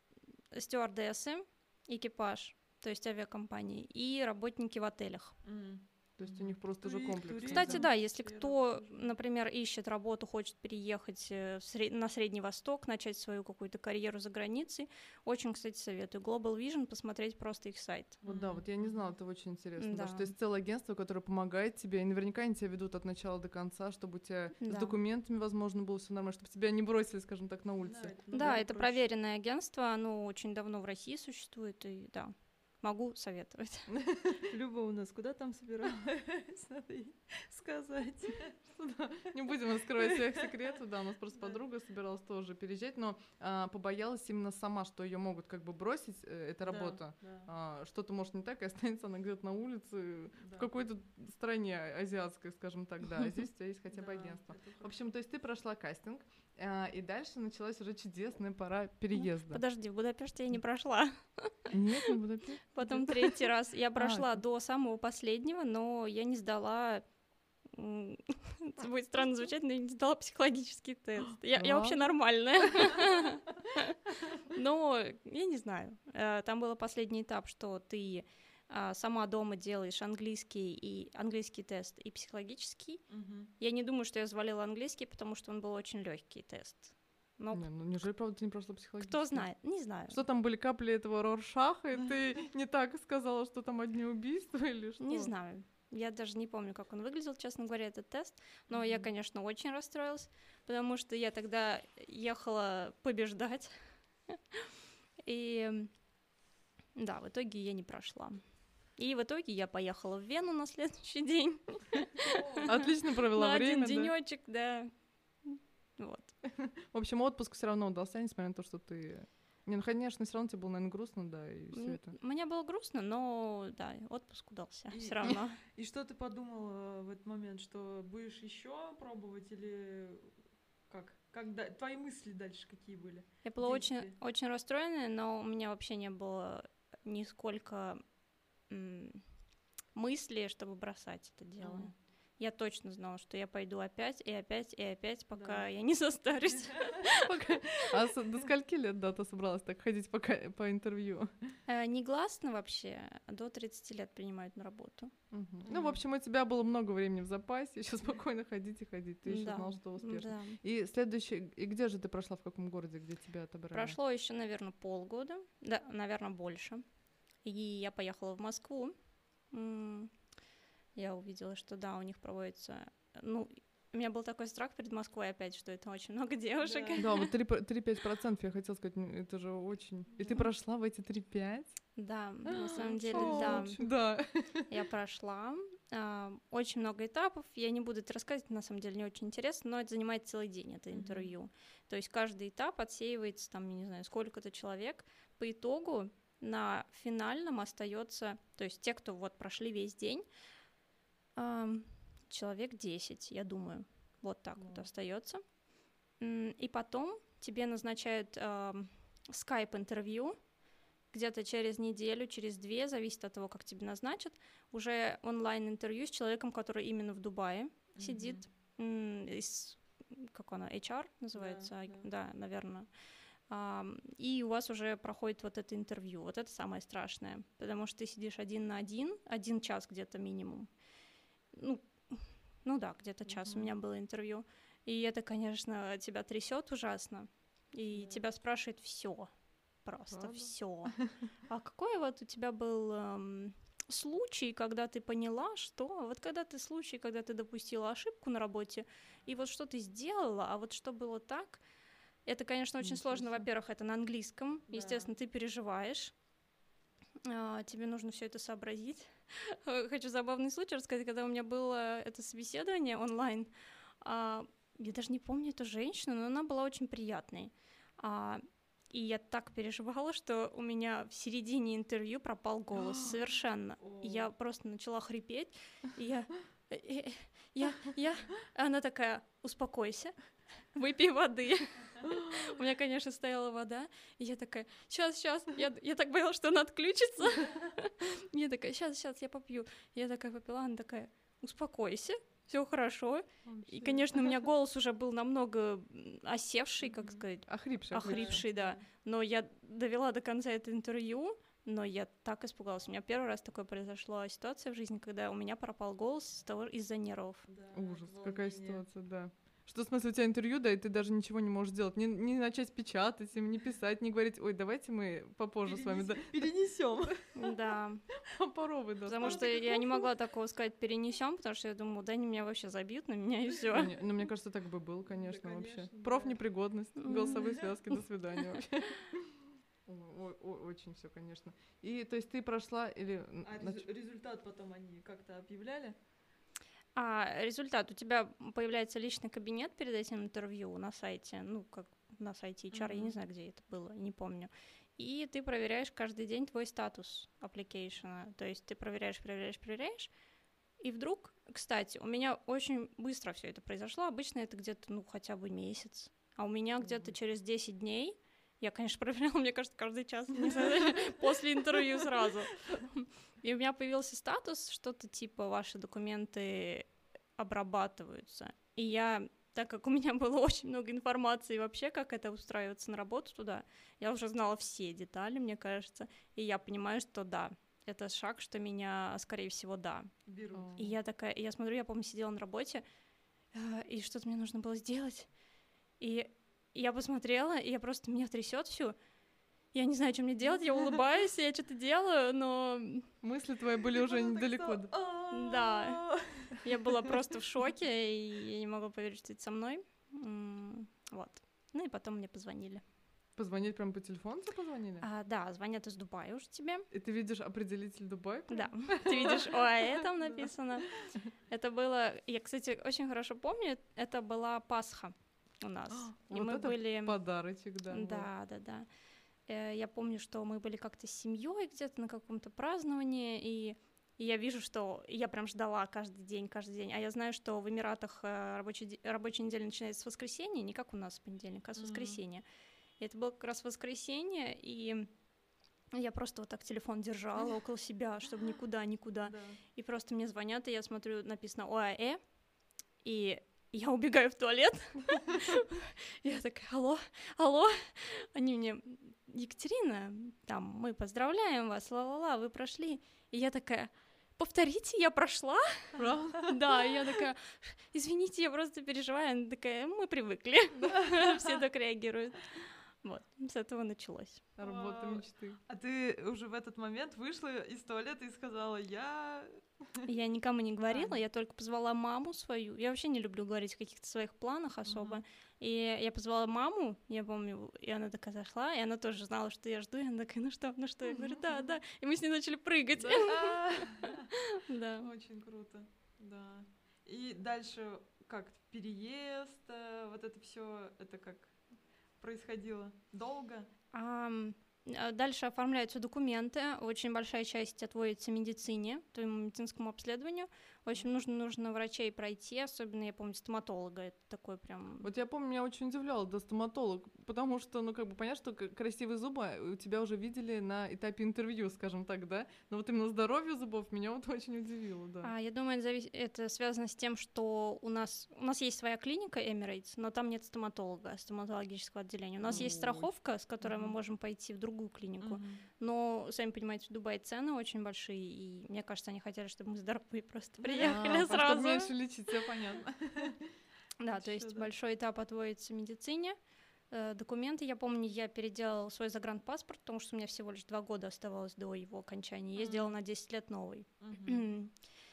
S3: стюардессы, экипаж, то есть авиакомпании, и работники в отелях.
S1: Mm.
S2: То есть у них просто уже
S1: Тури-
S2: комплекс.
S1: туризм.
S3: Кстати, да, если
S1: сфера
S3: кто,
S1: тоже.
S3: например, ищет работу, хочет переехать э, в сре- на Средний Восток, начать свою какую-то карьеру за границей, очень, кстати, советую. Global Vision, посмотреть просто их сайт.
S2: Вот да, вот я не знала, это очень интересно.
S3: Да.
S2: Потому что есть целое агентство, которое помогает тебе, и наверняка они тебя ведут от начала до конца, чтобы у тебя с
S3: Да.
S2: документами, возможно, было все нормально, чтобы тебя не бросили, скажем так, на
S1: Да,
S2: улице.
S1: это
S3: Да,
S1: намного
S3: это
S1: проще.
S3: проверенное агентство, оно очень давно в России существует, и да, могу советовать.
S1: Люба у нас куда там собиралась? Надо ей сказать.
S2: Да, не будем раскрывать своих секретов, да, у нас просто подруга собиралась тоже переезжать, но а, побоялась именно сама, что ее могут как бы бросить, э, эта работа.
S1: Да,
S2: А, что-то может не так, и останется она где-то на улице,
S1: да.
S2: в какой-то стране азиатской, скажем так, да, а здесь у тебя есть хотя бы
S1: Да,
S2: агентство.
S1: это
S2: В
S1: правда.
S2: общем, то есть ты прошла кастинг, а, и дальше началась уже чудесная пора переезда.
S3: Подожди, в Будапеште я не прошла.
S2: Нет, не Будапешт.
S3: Потом третий раз я прошла
S2: это-
S3: до самого последнего, но я не сдала. м, Это будет странно звучать, но я не сдала психологический тест. Я, я вообще
S2: Ладно.
S3: нормальная. Но я не знаю. Э, Там был последний этап, что ты а, сама дома делаешь английский и английский тест и психологический.
S1: Мгм.
S3: Я не думаю, что я завалила английский, потому что он был очень легкий тест. Но
S2: Не, ну неужели, правда, ты не прошла психологический?
S3: кто знает, не знаю.
S2: Что там были капли этого Роршаха, и ты не так сказала, что там одни убийства или что?
S3: Не знаю. Я даже не помню, как он выглядел, честно говоря, этот тест. Но я,
S1: Мгм.
S3: конечно, очень расстроилась, потому что я тогда ехала побеждать. И да, в итоге я не прошла. И в итоге я поехала в Вену на следующий день.
S2: Отлично провела
S3: На
S2: время,
S3: один
S2: да.
S3: денечек, да. Вот.
S2: В общем, отпуск все равно удался, несмотря на то, что ты... Не, ну, конечно, все равно тебе было, наверное, грустно, да, и все
S3: М,
S2: это.
S3: Мне было грустно, но да, отпуск удался
S1: И-
S3: все равно.
S1: И что ты подумала в этот момент, что будешь еще пробовать или как? Когда твои мысли дальше какие были?
S3: Я была очень,
S1: действия?
S3: очень расстроена, но у меня вообще не было нисколько м, мысли, чтобы бросать это дело.
S1: Ага.
S3: Я точно знала, что я пойду опять и опять и опять, пока
S1: Да.
S3: я не состарюсь.
S2: Пока- А с- до скольки лет, да, ты собралась так ходить по, ка- по интервью?
S3: Э, Негласно вообще, до тридцати лет принимают на работу.
S2: Мгм. Ну, в общем, у тебя было много времени в запасе, еще спокойно ходить и ходить. Ты еще
S3: Да,
S2: знала, что успешно.
S3: Да.
S2: И следующий, и где же ты прошла, в каком городе, где тебя отобрали?
S3: Прошло еще, наверное, полгода, да, наверное, больше. И я поехала в Москву. М, Я увидела, что да, у них проводится. Ну, у меня был такой страх перед Москвой опять, что это очень много девушек.
S1: Да.
S2: Да, вот три-пять процентов я хотела сказать, ну, это же очень... И ты
S1: Да.
S2: прошла в эти три-пять?
S3: Да, на самом деле,
S2: О,
S3: да.
S2: Да.
S3: Я прошла. а, Очень много этапов. Я не буду это рассказывать, на самом деле не очень интересно, но это занимает целый день, это
S1: Мгм.
S3: интервью. То есть каждый этап отсеивается, там, я не знаю, сколько-то человек. По итогу на финальном остается, то есть те, кто вот прошли весь день, ам, человек десять, я думаю. Вот так вот
S1: Вау.
S3: остается. М, И потом тебе назначают ам, скайп-интервью, где-то через неделю, через две, зависит от того, как тебе назначат, уже онлайн-интервью с человеком, который именно в Дубае сидит, м, из, как она, эйч ар называется,
S1: Да,
S3: а,
S1: да.
S3: да, наверное. И у вас уже проходит вот это интервью. Вот это самое страшное, потому что ты сидишь один на один, один час где-то минимум. Ну, ну да, где-то час у
S1: Мгм.
S3: меня было интервью. И это, конечно, тебя трясет ужасно. И
S1: Да.
S3: тебя спрашивают все. Просто
S2: Правда?
S3: все. А какой вот у тебя был эм, случай, когда ты поняла, что... Вот когда ты случай, когда ты допустила ошибку на работе, и вот что ты сделала, а вот что было так... Это, конечно, очень
S2: Ничего
S3: сложно.
S2: себе.
S3: Во-первых, это на английском.
S1: Да.
S3: Естественно, ты переживаешь. А, тебе нужно все это сообразить. Хочу забавный случай рассказать, когда у меня было это собеседование онлайн. а, Я даже не помню эту женщину, но она была очень приятной. А, И я так переживала, что у меня в середине интервью пропал голос совершенно.
S1: О.
S3: И я просто начала хрипеть. И я... э, э, Я... Я... Она такая, успокойся, выпей воды. У меня, конечно, стояла вода, и я такая, сейчас, сейчас, я, я так боялась, что она отключится. Я такая, сейчас, сейчас, я попью. Я такая попила, она такая, успокойся, все хорошо. И, конечно, у меня голос уже был намного м, осевший, как
S1: Мгм.
S3: сказать,
S2: Охрипшая.
S3: Охрипший. да. Но я довела до конца это интервью, но я так испугалась. У меня первый раз такое произошло ситуация в жизни, когда у меня пропал голос из-за того- из-за нервов.
S1: Да,
S2: Ужас,
S1: от
S2: какая
S1: волнения.
S2: ситуация, да. Что, в смысле, у тебя интервью, да, и ты даже ничего не можешь сделать. Не, не начать печатать им, не писать, не говорить, ой, давайте мы попозже с вами. Да.
S1: Перенесем.
S3: Да,
S2: Попробуй, да.
S3: потому что я не могла такого сказать перенесем, потому что я думала, да, они меня вообще забьют на меня и все.
S2: Ну, не- ну, мне кажется, так бы был, конечно, вообще.
S1: конечно,
S2: Профнепригодность,
S3: Мгм.
S2: голосовые связки, до свидания вообще. Ой, ой, очень все, конечно. И, то есть, ты прошла или... н-
S1: А
S2: нач-
S1: резу- результат потом они как-то объявляли?
S3: А результат, у тебя появляется личный кабинет перед этим интервью на сайте, ну, как на сайте эйч ар, я не
S1: Мгм.
S3: знаю, где это было, не помню. И ты проверяешь каждый день твой статус аппликейшена, то есть ты проверяешь, проверяешь, проверяешь, и вдруг, кстати, у меня очень быстро все это произошло, обычно это где-то, ну, хотя бы месяц, а у меня где-то
S1: Мгм.
S3: через десять дней, я, конечно, проверяла, мне кажется, каждый час, не знаю, после интервью сразу. И у меня появился статус, что-то типа ваши документы обрабатываются. И я, так как у меня было очень много информации вообще, как это устраиваться на работу туда, я уже знала все детали, мне кажется, и я понимаю, что да, это шаг, что меня, скорее всего, да.
S1: Берут.
S2: О.
S3: И я такая, и я смотрю, я, помню, сидела на работе, э, и что-то мне нужно было сделать. И я посмотрела, и я просто, меня трясет всю. Я не знаю, что мне делать, я улыбаюсь, я что-то делаю, но
S2: Мысли твои были
S1: И
S2: уже
S1: потом так
S2: недалеко.
S1: стало,
S2: да.
S3: Да.
S1: «А-а-а».
S3: я была просто в шоке, и я не могла поверить, что это со мной. М, Вот. Ну и потом мне позвонили.
S2: Позвонить прям по телефону тебе позвонили?
S3: А, да, звонят из Дубая уже тебе.
S2: И ты видишь определитель Дубай? прям?
S3: Да, ты видишь ОАЭ там
S2: Да.
S3: написано. Это было, я, кстати, очень хорошо помню, это была Пасха у нас. И
S2: Вот
S3: мы
S2: это
S3: были...
S2: подарочек, да. вот.
S3: Да, да, да. Э, Я помню, что мы были как-то с семьей где-то на каком-то праздновании, и, и я вижу, что я прям ждала каждый день, каждый день. А я знаю, что в Эмиратах э, рабочий, де- рабочая неделя начинается с воскресенья, не как у нас с понедельника, а с
S1: Мгм.
S3: воскресенья. И это было как раз воскресенье, и я просто вот так телефон держала около себя, чтобы никуда, никуда.
S1: Да.
S3: И просто мне звонят, и я смотрю, написано ОАЭ, и я убегаю в туалет. Я такая, алло, алло. Они мне, Екатерина, там, мы поздравляем вас, ла-ла-ла, вы прошли. И я такая, повторите, я прошла?
S2: Правда?
S3: Да, и я такая, извините, я просто переживаю. Она такая, мы привыкли. Все так реагируют. Вот, с этого началось.
S2: Работа
S1: Вау.
S2: мечты.
S1: А ты уже в этот момент вышла из туалета и сказала, я...
S3: Я никому не говорила,
S1: А.
S3: я только позвала маму свою. Я вообще не люблю говорить о каких-то своих планах особо.
S1: Мгм.
S3: И я позвала маму, я помню, и она такая зашла, и она тоже знала, что я жду, и она такая, ну что, ну что? Я говорю, да, да. И мы с ней начали прыгать.
S1: Да.
S3: Да.
S1: Очень круто, да. И дальше как переезд, э, вот это все, это как происходило? Долго?
S3: Ам, а Дальше оформляются документы, очень большая часть отводится медицине, твоему медицинскому обследованию. Очень нужно, нужно врачей пройти, особенно, я помню, стоматолога, это такой прям...
S2: Вот я помню, меня очень удивляло, да, стоматолог, потому что, ну, как бы понятно, что к- красивые зубы у тебя уже видели на этапе интервью, скажем так, да, но вот именно здоровье зубов меня вот очень удивило, да.
S3: А, я думаю, это, завис- это связано с тем, что у нас, у нас есть своя клиника Emirates, но там нет стоматолога, стоматологического отделения. У нас есть
S2: Ой.
S3: страховка, с которой мы
S1: Мгм.
S3: можем пойти в другую клинику.
S1: Мгм.
S3: Но, сами понимаете, в Дубае цены очень большие, и мне кажется, они хотели, чтобы мы здоровые просто
S2: А,
S3: приехали
S2: чтобы
S3: сразу.
S2: меньше лечить, все понятно.
S3: Да, то
S1: Ещё,
S3: есть
S1: да.
S3: большой этап отводится медицине. Э, Документы, я помню, я переделала свой загранпаспорт, потому что у меня всего лишь два года оставалось до его окончания. Я
S1: Мгм.
S3: сделала на десять лет новый.
S1: Мгм.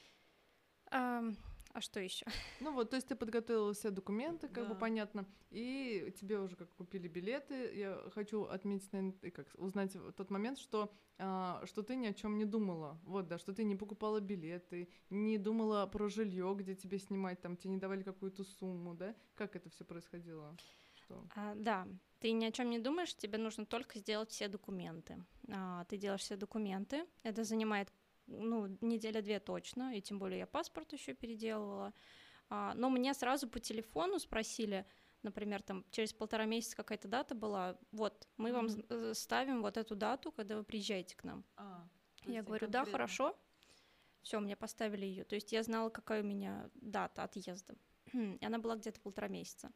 S3: Ам, А что еще?
S2: Ну вот, то есть ты подготовила все документы, как бы
S1: Да.
S2: понятно, и тебе уже как купили билеты. Я хочу отметить, наверное, и как узнать в тот момент, что а, что ты ни о чем не думала, вот, да, что ты не покупала билеты, не думала про жилье, где тебе снимать, там тебе не давали какую-то сумму, да? Как это все происходило? Что?
S3: А, да, ты ни о чем не думаешь, тебе нужно только сделать все документы. А, ты делаешь все документы, это занимает, ну, неделя-две точно, и тем более я паспорт еще переделывала. А, но мне сразу по телефону спросили, например, там через полтора месяца какая-то дата была, вот, мы вам
S1: Мгм.
S3: э, ставим вот эту дату, когда вы приезжаете к нам.
S1: А, то
S3: Я
S1: есть
S3: говорю, да,
S1: конкретно.
S3: хорошо. Все, мне поставили ее. То есть я знала, какая у меня дата отъезда. И она была где-то полтора месяца.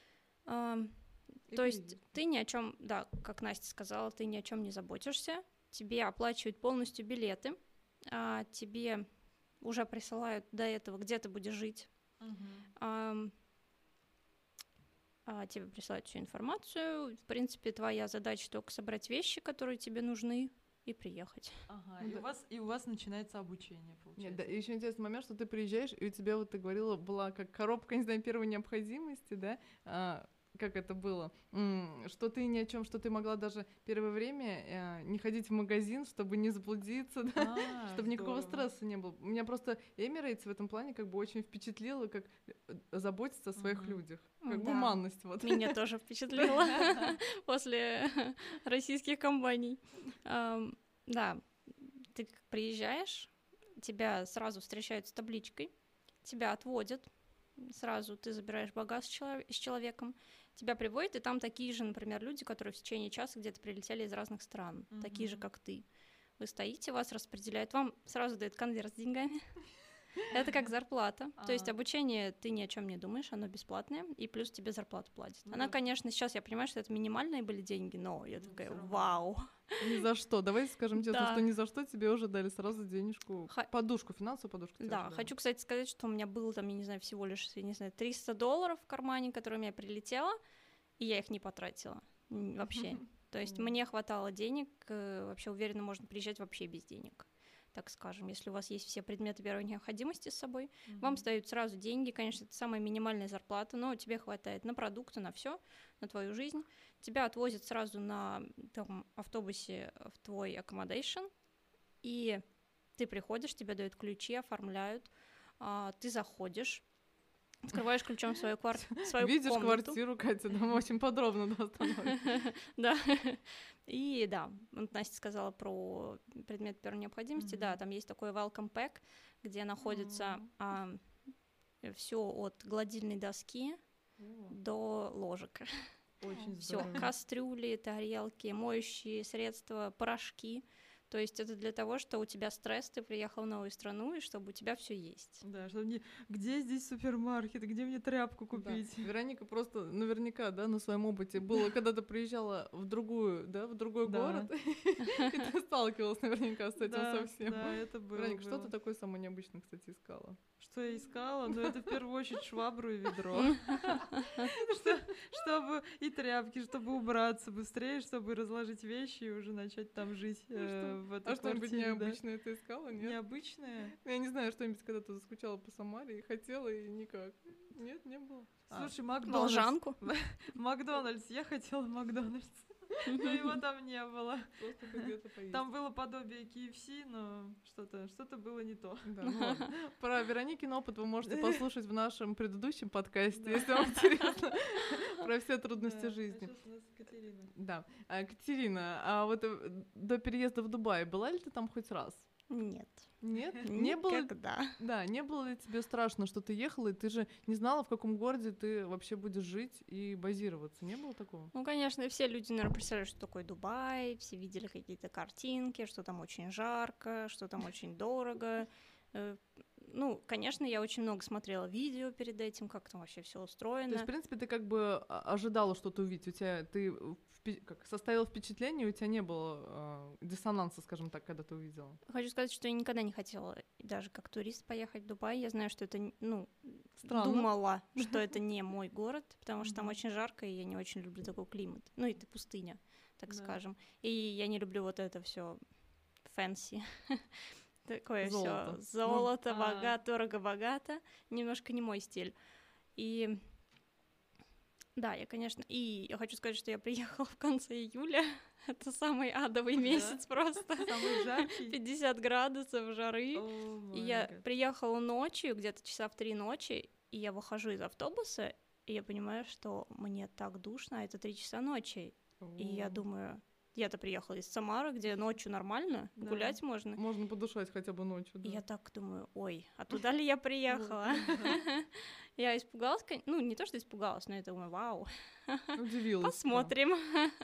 S3: Ам,
S2: И
S3: То есть
S2: переезд.
S3: ты ни о чем, да, как Настя сказала, ты ни о чем не заботишься, тебе оплачивают полностью билеты, а, тебе уже присылают до этого, где ты будешь жить.
S1: Мгм.
S3: А, а, тебе присылают всю информацию. В принципе, твоя задача только собрать вещи, которые тебе нужны, и приехать.
S1: Ага,
S2: Ну
S1: и
S2: да.
S1: у вас, и у вас начинается обучение,
S2: Нет,
S1: получается.
S2: да, еще интересный момент, что ты приезжаешь, и у тебя, вот ты говорила, была как коробка, не знаю, первой необходимости, да, а, как это было, М, что ты ни о чем, что ты могла даже первое время э, не ходить в магазин, чтобы не заблудиться, да,
S1: А,
S2: чтобы никакого
S1: здорово.
S2: стресса не было. Меня просто Эмирейтс в этом плане как бы очень впечатлило, как э, заботиться о своих
S1: Мгм.
S2: людях, как бы
S3: Да.
S2: гуманность, вот.
S3: Меня тоже впечатлило после российских компаний. Ам, Да, ты к- приезжаешь, тебя сразу встречают с табличкой, тебя отводят, сразу ты забираешь багаж с чело- с человеком, тебя приводят, и там такие же, например, люди, которые в течение часа где-то прилетели из разных стран, такие же,
S1: Мгм.
S3: как ты. Вы стоите, вас распределяют, вам сразу дают конверт с деньгами. Это как зарплата. То есть
S1: А.
S3: обучение ты ни о чем не думаешь, оно бесплатное, и плюс тебе зарплату платят.
S1: Ну
S3: Она,
S1: да.
S3: конечно, сейчас я понимаю, что это минимальные были деньги, но я
S1: Ну,
S3: такая,
S1: всё равно.
S3: вау.
S2: Ни за что. Давайте скажем честно,
S3: Да.
S2: что ни за что тебе уже дали сразу денежку,
S3: Ха-
S2: подушку, финансовую подушку. тебе
S3: Да,
S2: уже дали.
S3: хочу, кстати, сказать, что у меня было там, я не знаю, всего лишь, я не знаю, триста долларов в кармане, которые у меня прилетело, и я их не потратила м, вообще. То есть
S1: Мгм.
S3: мне хватало денег, э, вообще уверенно можно приезжать вообще без денег, так скажем. Если у вас есть все предметы первой необходимости с собой, вам
S1: Мгм.
S3: сдают сразу деньги, конечно, это самая минимальная зарплата, но тебе хватает на продукты, на все, на твою жизнь. Тебя отвозят сразу на там, автобусе в твой accommodation, и ты приходишь, тебе дают ключи, оформляют, а, ты заходишь, открываешь ключом свою, квар... свою
S2: Видишь
S3: комнату.
S2: квартиру, Катя, там очень подробно да, становится.
S3: Да. И да, вот Настя сказала про предмет первой необходимости. Да,
S1: Мгм.
S3: там есть такой welcome pack, где находится все от гладильной доски
S1: О,
S3: до ложек.
S1: Очень
S3: Все,
S1: здорово.
S3: кастрюли, тарелки, моющие средства, порошки. То есть это для того, что у тебя стресс, ты приехал в новую страну, и чтобы у тебя все есть.
S1: Да, чтобы не... Где здесь супермаркет, где мне тряпку
S2: Да.
S1: купить?
S2: Вероника просто наверняка, да, на своем опыте было, когда ты приезжала в другую, да, в другой
S1: Да.
S2: город, и ты сталкивалась наверняка с этим
S1: Да,
S2: совсем.
S1: да, это было.
S2: Вероника, что
S1: было.
S2: ты такое самое необычное, кстати, искала?
S1: Что я искала? Ну, это в первую очередь швабру и ведро. Что- Чтобы и тряпки, чтобы убраться быстрее, чтобы разложить вещи и уже начать там жить э, в этой
S2: А что-нибудь
S1: квартире. да.
S2: необычное ты искала, нет?
S1: Необычное?
S2: Я не знаю, что-нибудь, когда ты заскучала по Самаре и хотела, и никак. Нет, не было. А,
S1: Слушай, Макдональдс.
S3: Волжанку.
S1: Макдональдс. Я хотела Макдональдс. Но его там не было.
S2: просто ты где-то поесть.
S1: Там было подобие кей эф си, но что-то что-то было не то.
S2: Да, ну ладно. Про Вероникин опыт вы можете послушать в нашем предыдущем подкасте,
S1: Да.
S2: если вам интересно, про все трудности
S1: Да, а
S2: жизни.
S1: щас у нас Катерина.
S2: Да. А, Катерина, а вот э, до переезда в Дубай была ли ты там хоть раз?
S3: Нет.
S2: Нет? Не было?
S3: Никогда.
S2: Да, не было ли тебе страшно, что ты ехала, и ты же не знала, в каком городе ты вообще будешь жить и базироваться? Не было такого?
S3: Ну, конечно, все люди, наверное, представляют, что такое Дубай, все видели какие-то картинки, что там очень жарко, что там очень дорого. Э, Ну, конечно, я очень много смотрела видео перед этим, как там вообще все
S2: То есть,
S3: устроено.
S2: в принципе, ты как бы а- ожидала что-то увидеть. У тебя ты впе- как, составила впечатление, у тебя не было э, диссонанса, скажем так, когда ты увидела.
S3: Хочу сказать, что я никогда не хотела даже как турист поехать в Дубай. Я знаю, что это, н- ну,
S2: Странно.
S3: думала, что это не мой город, потому что там
S1: Мгм.
S3: очень жарко, и я не очень люблю такой климат. Ну, и это пустыня, так
S1: Да.
S3: скажем. И я не люблю вот это все фэнси. Такое все
S2: Золото.
S3: золото,
S1: а.
S3: богато, дорого-богато. Немножко не мой стиль. И да, я, конечно, и я хочу сказать, что я приехала в конце июля. Это самый адовый
S1: Да?
S3: месяц просто.
S1: Самый жаркий.
S3: пятьдесят градусов жары.
S1: О,
S3: И
S1: май
S3: я
S1: гад.
S3: приехала ночью, где-то часа в три ночи, и я выхожу из автобуса, и я понимаю, что мне так душно, а это три часа ночи. И я
S2: О.
S3: думаю, я-то приехала из Самары, где ночью нормально,
S1: Да.
S3: гулять можно.
S2: Можно подышать хотя бы ночью.
S3: И
S2: Да.
S3: я так думаю, ой, а туда ли я приехала? Я испугалась, кон- ну, не то, что испугалась, но я думаю, вау,
S2: Удивилась. да.
S3: посмотрим.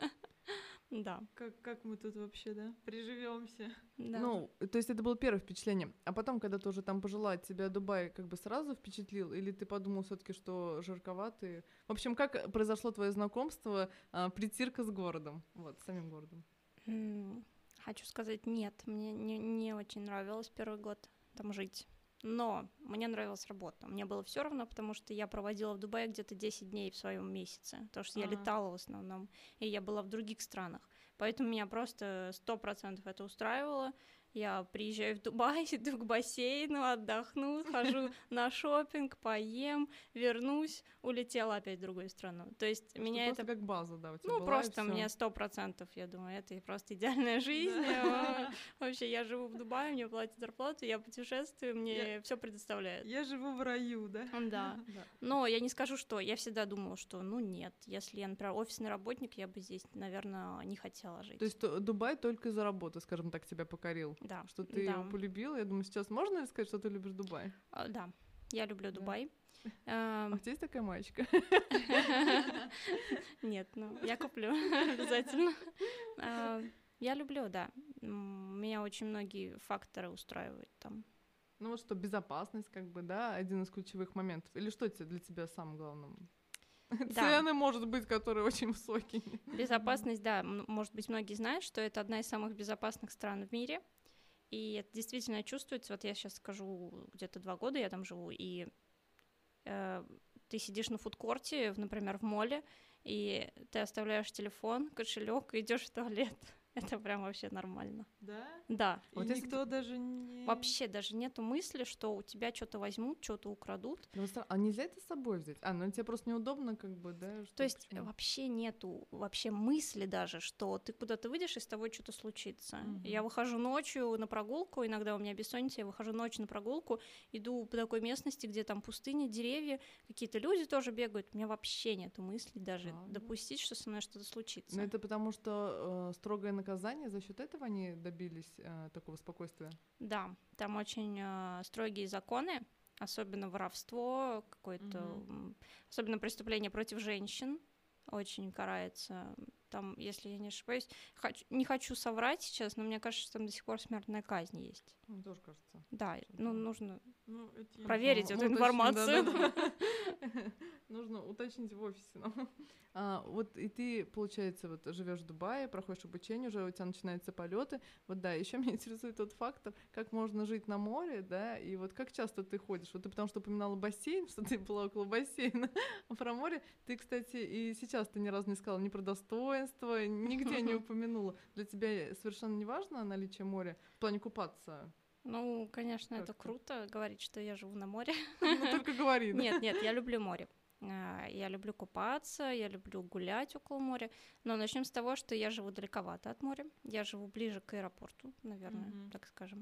S3: Да,
S1: Как, как мы тут вообще, да? Приживемся.
S3: да.
S2: Ну, то есть это было первое впечатление. А потом, когда ты уже там пожила, тебя Дубай как бы сразу впечатлил? Или ты подумал все таки что жарковатый? В общем, как произошло твое знакомство, а, притирка с городом? Вот, с самим городом.
S3: М, хочу сказать, нет, мне не, не очень нравилось первый год там жить. Но мне нравилась работа. Мне было все равно, потому что я проводила в Дубае где-то десять дней в своем месяце, потому что я
S1: А.
S3: летала в основном, и я была в других странах. Поэтому меня просто сто процентов это устраивало. Я приезжаю в Дубай, иду к бассейну, отдохну, хожу на шопинг, поем, вернусь, улетела опять в другую страну. То есть
S2: Что
S3: меня
S2: просто
S3: это...
S2: как база, да, у тебя
S3: Ну,
S2: была, и
S3: просто
S2: всё.
S3: мне сто процентов, я думаю, это просто идеальная жизнь.
S1: Да.
S3: Вообще, я живу в Дубае, мне платят зарплату, я путешествую, мне все предоставляют.
S1: Я живу в раю, да?
S3: Да.
S2: Да.
S3: Но я не скажу, что я всегда думала, что ну нет, если я, например, офисный работник, я бы здесь, наверное, не хотела жить.
S2: То есть э, Дубай только из-за работы, скажем так, тебя покорил?
S3: Да.
S2: Что ты
S3: да.
S2: его полюбила? Я думаю, сейчас можно ли сказать, что ты любишь Дубай?
S3: А, Да, я люблю
S2: Да.
S3: Дубай.
S2: А
S3: Эм,
S2: у тебя есть такая маечка?
S3: Нет, ну, я куплю обязательно. А, Я люблю, да. М, Меня очень многие факторы устраивают там.
S2: Ну вот что, безопасность, как бы, да, один из ключевых моментов. Или что тебе для тебя самым главным? Цены, может быть, которые очень высокие.
S3: Безопасность, да, м, может быть, многие знают, что это одна из самых безопасных стран в мире, и это действительно чувствуется. Вот я сейчас скажу, где-то два года я там живу, и э, ты сидишь на фудкорте, в- например, в моле, и ты оставляешь телефон, кошелек, и идешь в туалет. Это прям вообще нормально.
S1: Да?
S3: Да.
S1: И
S2: Вот если
S1: никто даже не...
S3: Вообще даже нету мысли, что у тебя что-то возьмут, что-то украдут.
S2: Ну, вот стра- А нельзя это с собой взять? А, ну тебе просто неудобно, как бы, да? что-
S3: То есть
S2: почему?
S3: вообще нету вообще мысли даже, что ты куда-то выйдешь, и с тобой что-то случится.
S1: Мгм.
S3: Я выхожу ночью на прогулку, иногда у меня бессонница, я выхожу ночью на прогулку, иду по такой местности, где там пустыня, деревья, какие-то люди тоже бегают. У меня вообще нету мысли даже
S2: Правда?
S3: допустить, что со мной что-то случится.
S2: Ну, это потому что э, строгое наказание, за счет этого они добились э, такого спокойствия.
S3: Да, там очень э, строгие законы, особенно воровство, какое-то,
S1: Мгм.
S3: м, особенно преступление против женщин очень карается. Там, если я не ошибаюсь, хоч- не хочу соврать сейчас, но мне кажется, что там до сих пор смертная казнь есть.
S2: Мне тоже кажется.
S3: Да, ну
S2: Да.
S3: нужно
S1: Ну, эти-
S3: проверить
S2: Ну,
S3: эту
S2: уточним,
S3: информацию.
S2: да-да-да. Нужно уточнить в офисе нам. А, вот и ты, получается, вот живешь в Дубае, проходишь обучение, уже у тебя начинаются полеты. Вот да, еще меня интересует тот фактор, как можно жить на море, да, и вот как часто ты ходишь. Вот ты потому что упоминала бассейн, что ты была около бассейна, а про море ты, кстати, и сейчас ты ни разу не сказала ни про достоинство, нигде не упомянула. Для тебя совершенно не важно наличие моря в плане купаться?
S3: Ну, конечно, это
S2: Как-то.
S3: круто говорить, что я живу на море.
S2: Ну, только говори, да?
S3: Нет, нет, я люблю море. А, Я люблю купаться, я люблю гулять около моря. Но начнем с того, что я живу далековато от моря. Я живу ближе к аэропорту, наверное,
S1: Мгм.
S3: так скажем.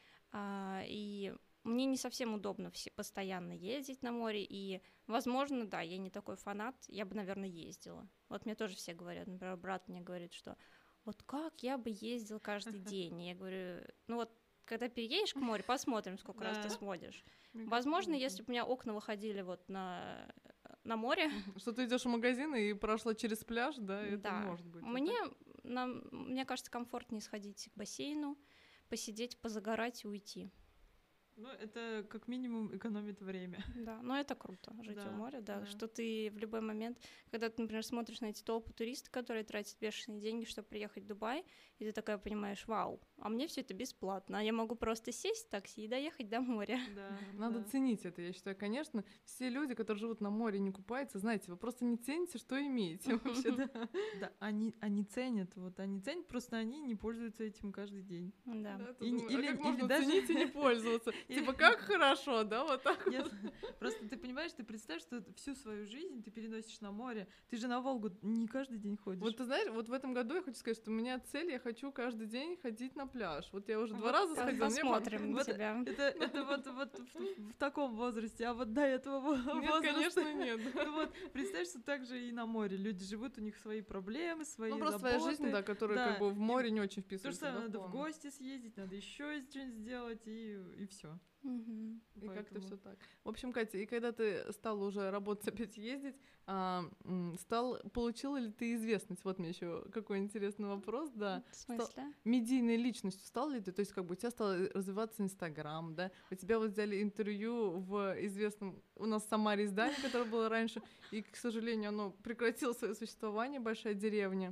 S3: А, И мне не совсем удобно все постоянно ездить на море. И, возможно, да, я не такой фанат, я бы, наверное, ездила. Вот мне тоже все говорят, например, брат мне говорит, что вот как я бы ездил каждый день. И я говорю, ну вот когда переедешь к морю, посмотрим, сколько раз ты
S1: Да.
S3: сможешь.
S2: Мне
S3: Возможно,
S2: кажется,
S3: если бы у меня окна выходили вот на, на море,
S2: Мгм. Что ты идешь в магазин и прошла через пляж, да, это
S3: да,
S2: может быть. А
S3: мне,
S2: так-
S3: нам, мне кажется, комфортнее сходить к бассейну, посидеть, позагорать и уйти.
S1: Ну, это как минимум экономит время.
S3: Да, но это круто, жить
S1: Да,
S3: у моря, да,
S1: да.
S3: что ты в любой момент, когда ты, например, смотришь на эти толпы туристов, которые тратят бешеные деньги, чтобы приехать в Дубай, и ты такая понимаешь, вау, а мне все это бесплатно, а я могу просто сесть в такси и доехать до моря.
S1: Да,
S2: Надо
S1: да.
S2: ценить это, я считаю, конечно. Все люди, которые живут на море и не купаются, знаете, вы просто не цените, что имеете вообще, да.
S1: Да, они, они ценят, вот они ценят, просто они не пользуются этим каждый день.
S3: Да.
S2: Да, ты
S1: И-
S2: думаешь, а
S1: или-
S2: как
S1: или
S2: можно
S1: даже-
S2: ценить и не пользоваться?
S1: Или-
S2: Типа, как хорошо, да, вот так
S1: Нет,
S2: вот.
S1: просто ты понимаешь, ты представь, что всю свою жизнь ты переносишь на море. Ты же на Волгу не каждый день ходишь.
S2: Вот ты знаешь, вот в этом году я хочу сказать, что у меня цель, я хочу каждый день ходить на пляж. Вот я уже два
S1: Вот
S2: раза
S3: По-
S2: сходила, мне
S3: Посмотрим на
S1: Вот
S3: тебя.
S1: Это, это вот, вот в, в таком возрасте, а вот до этого во-
S2: пон- Нет,
S1: возраста...
S2: конечно, нет.
S1: Ну вот, представь, что так же и на море. Люди живут, у них свои проблемы, свои
S2: Ну, просто
S1: заботы.
S2: своя жизнь, да, которая
S1: Да,
S2: как бы в
S1: им
S2: море не очень
S1: То же
S2: вписывается.
S1: самое,
S2: да,
S1: надо в
S2: план.
S1: гости съездить, надо еще что-нибудь сделать, и, и все.
S3: Мгм.
S2: И как-то все так. В общем, Катя, и когда ты стала уже работать, опять ездить, а, м, стал, получила ли ты известность? Вот мне еще какой интересный вопрос, да.
S3: В смысле?
S2: Медийной личностью стал ли ты? То есть как бы у тебя стал развиваться Инстаграм, да? У тебя вот взяли интервью в известном у нас в Самаре издании, которое было раньше, и, к сожалению, оно прекратило свое существование, «Большая деревня».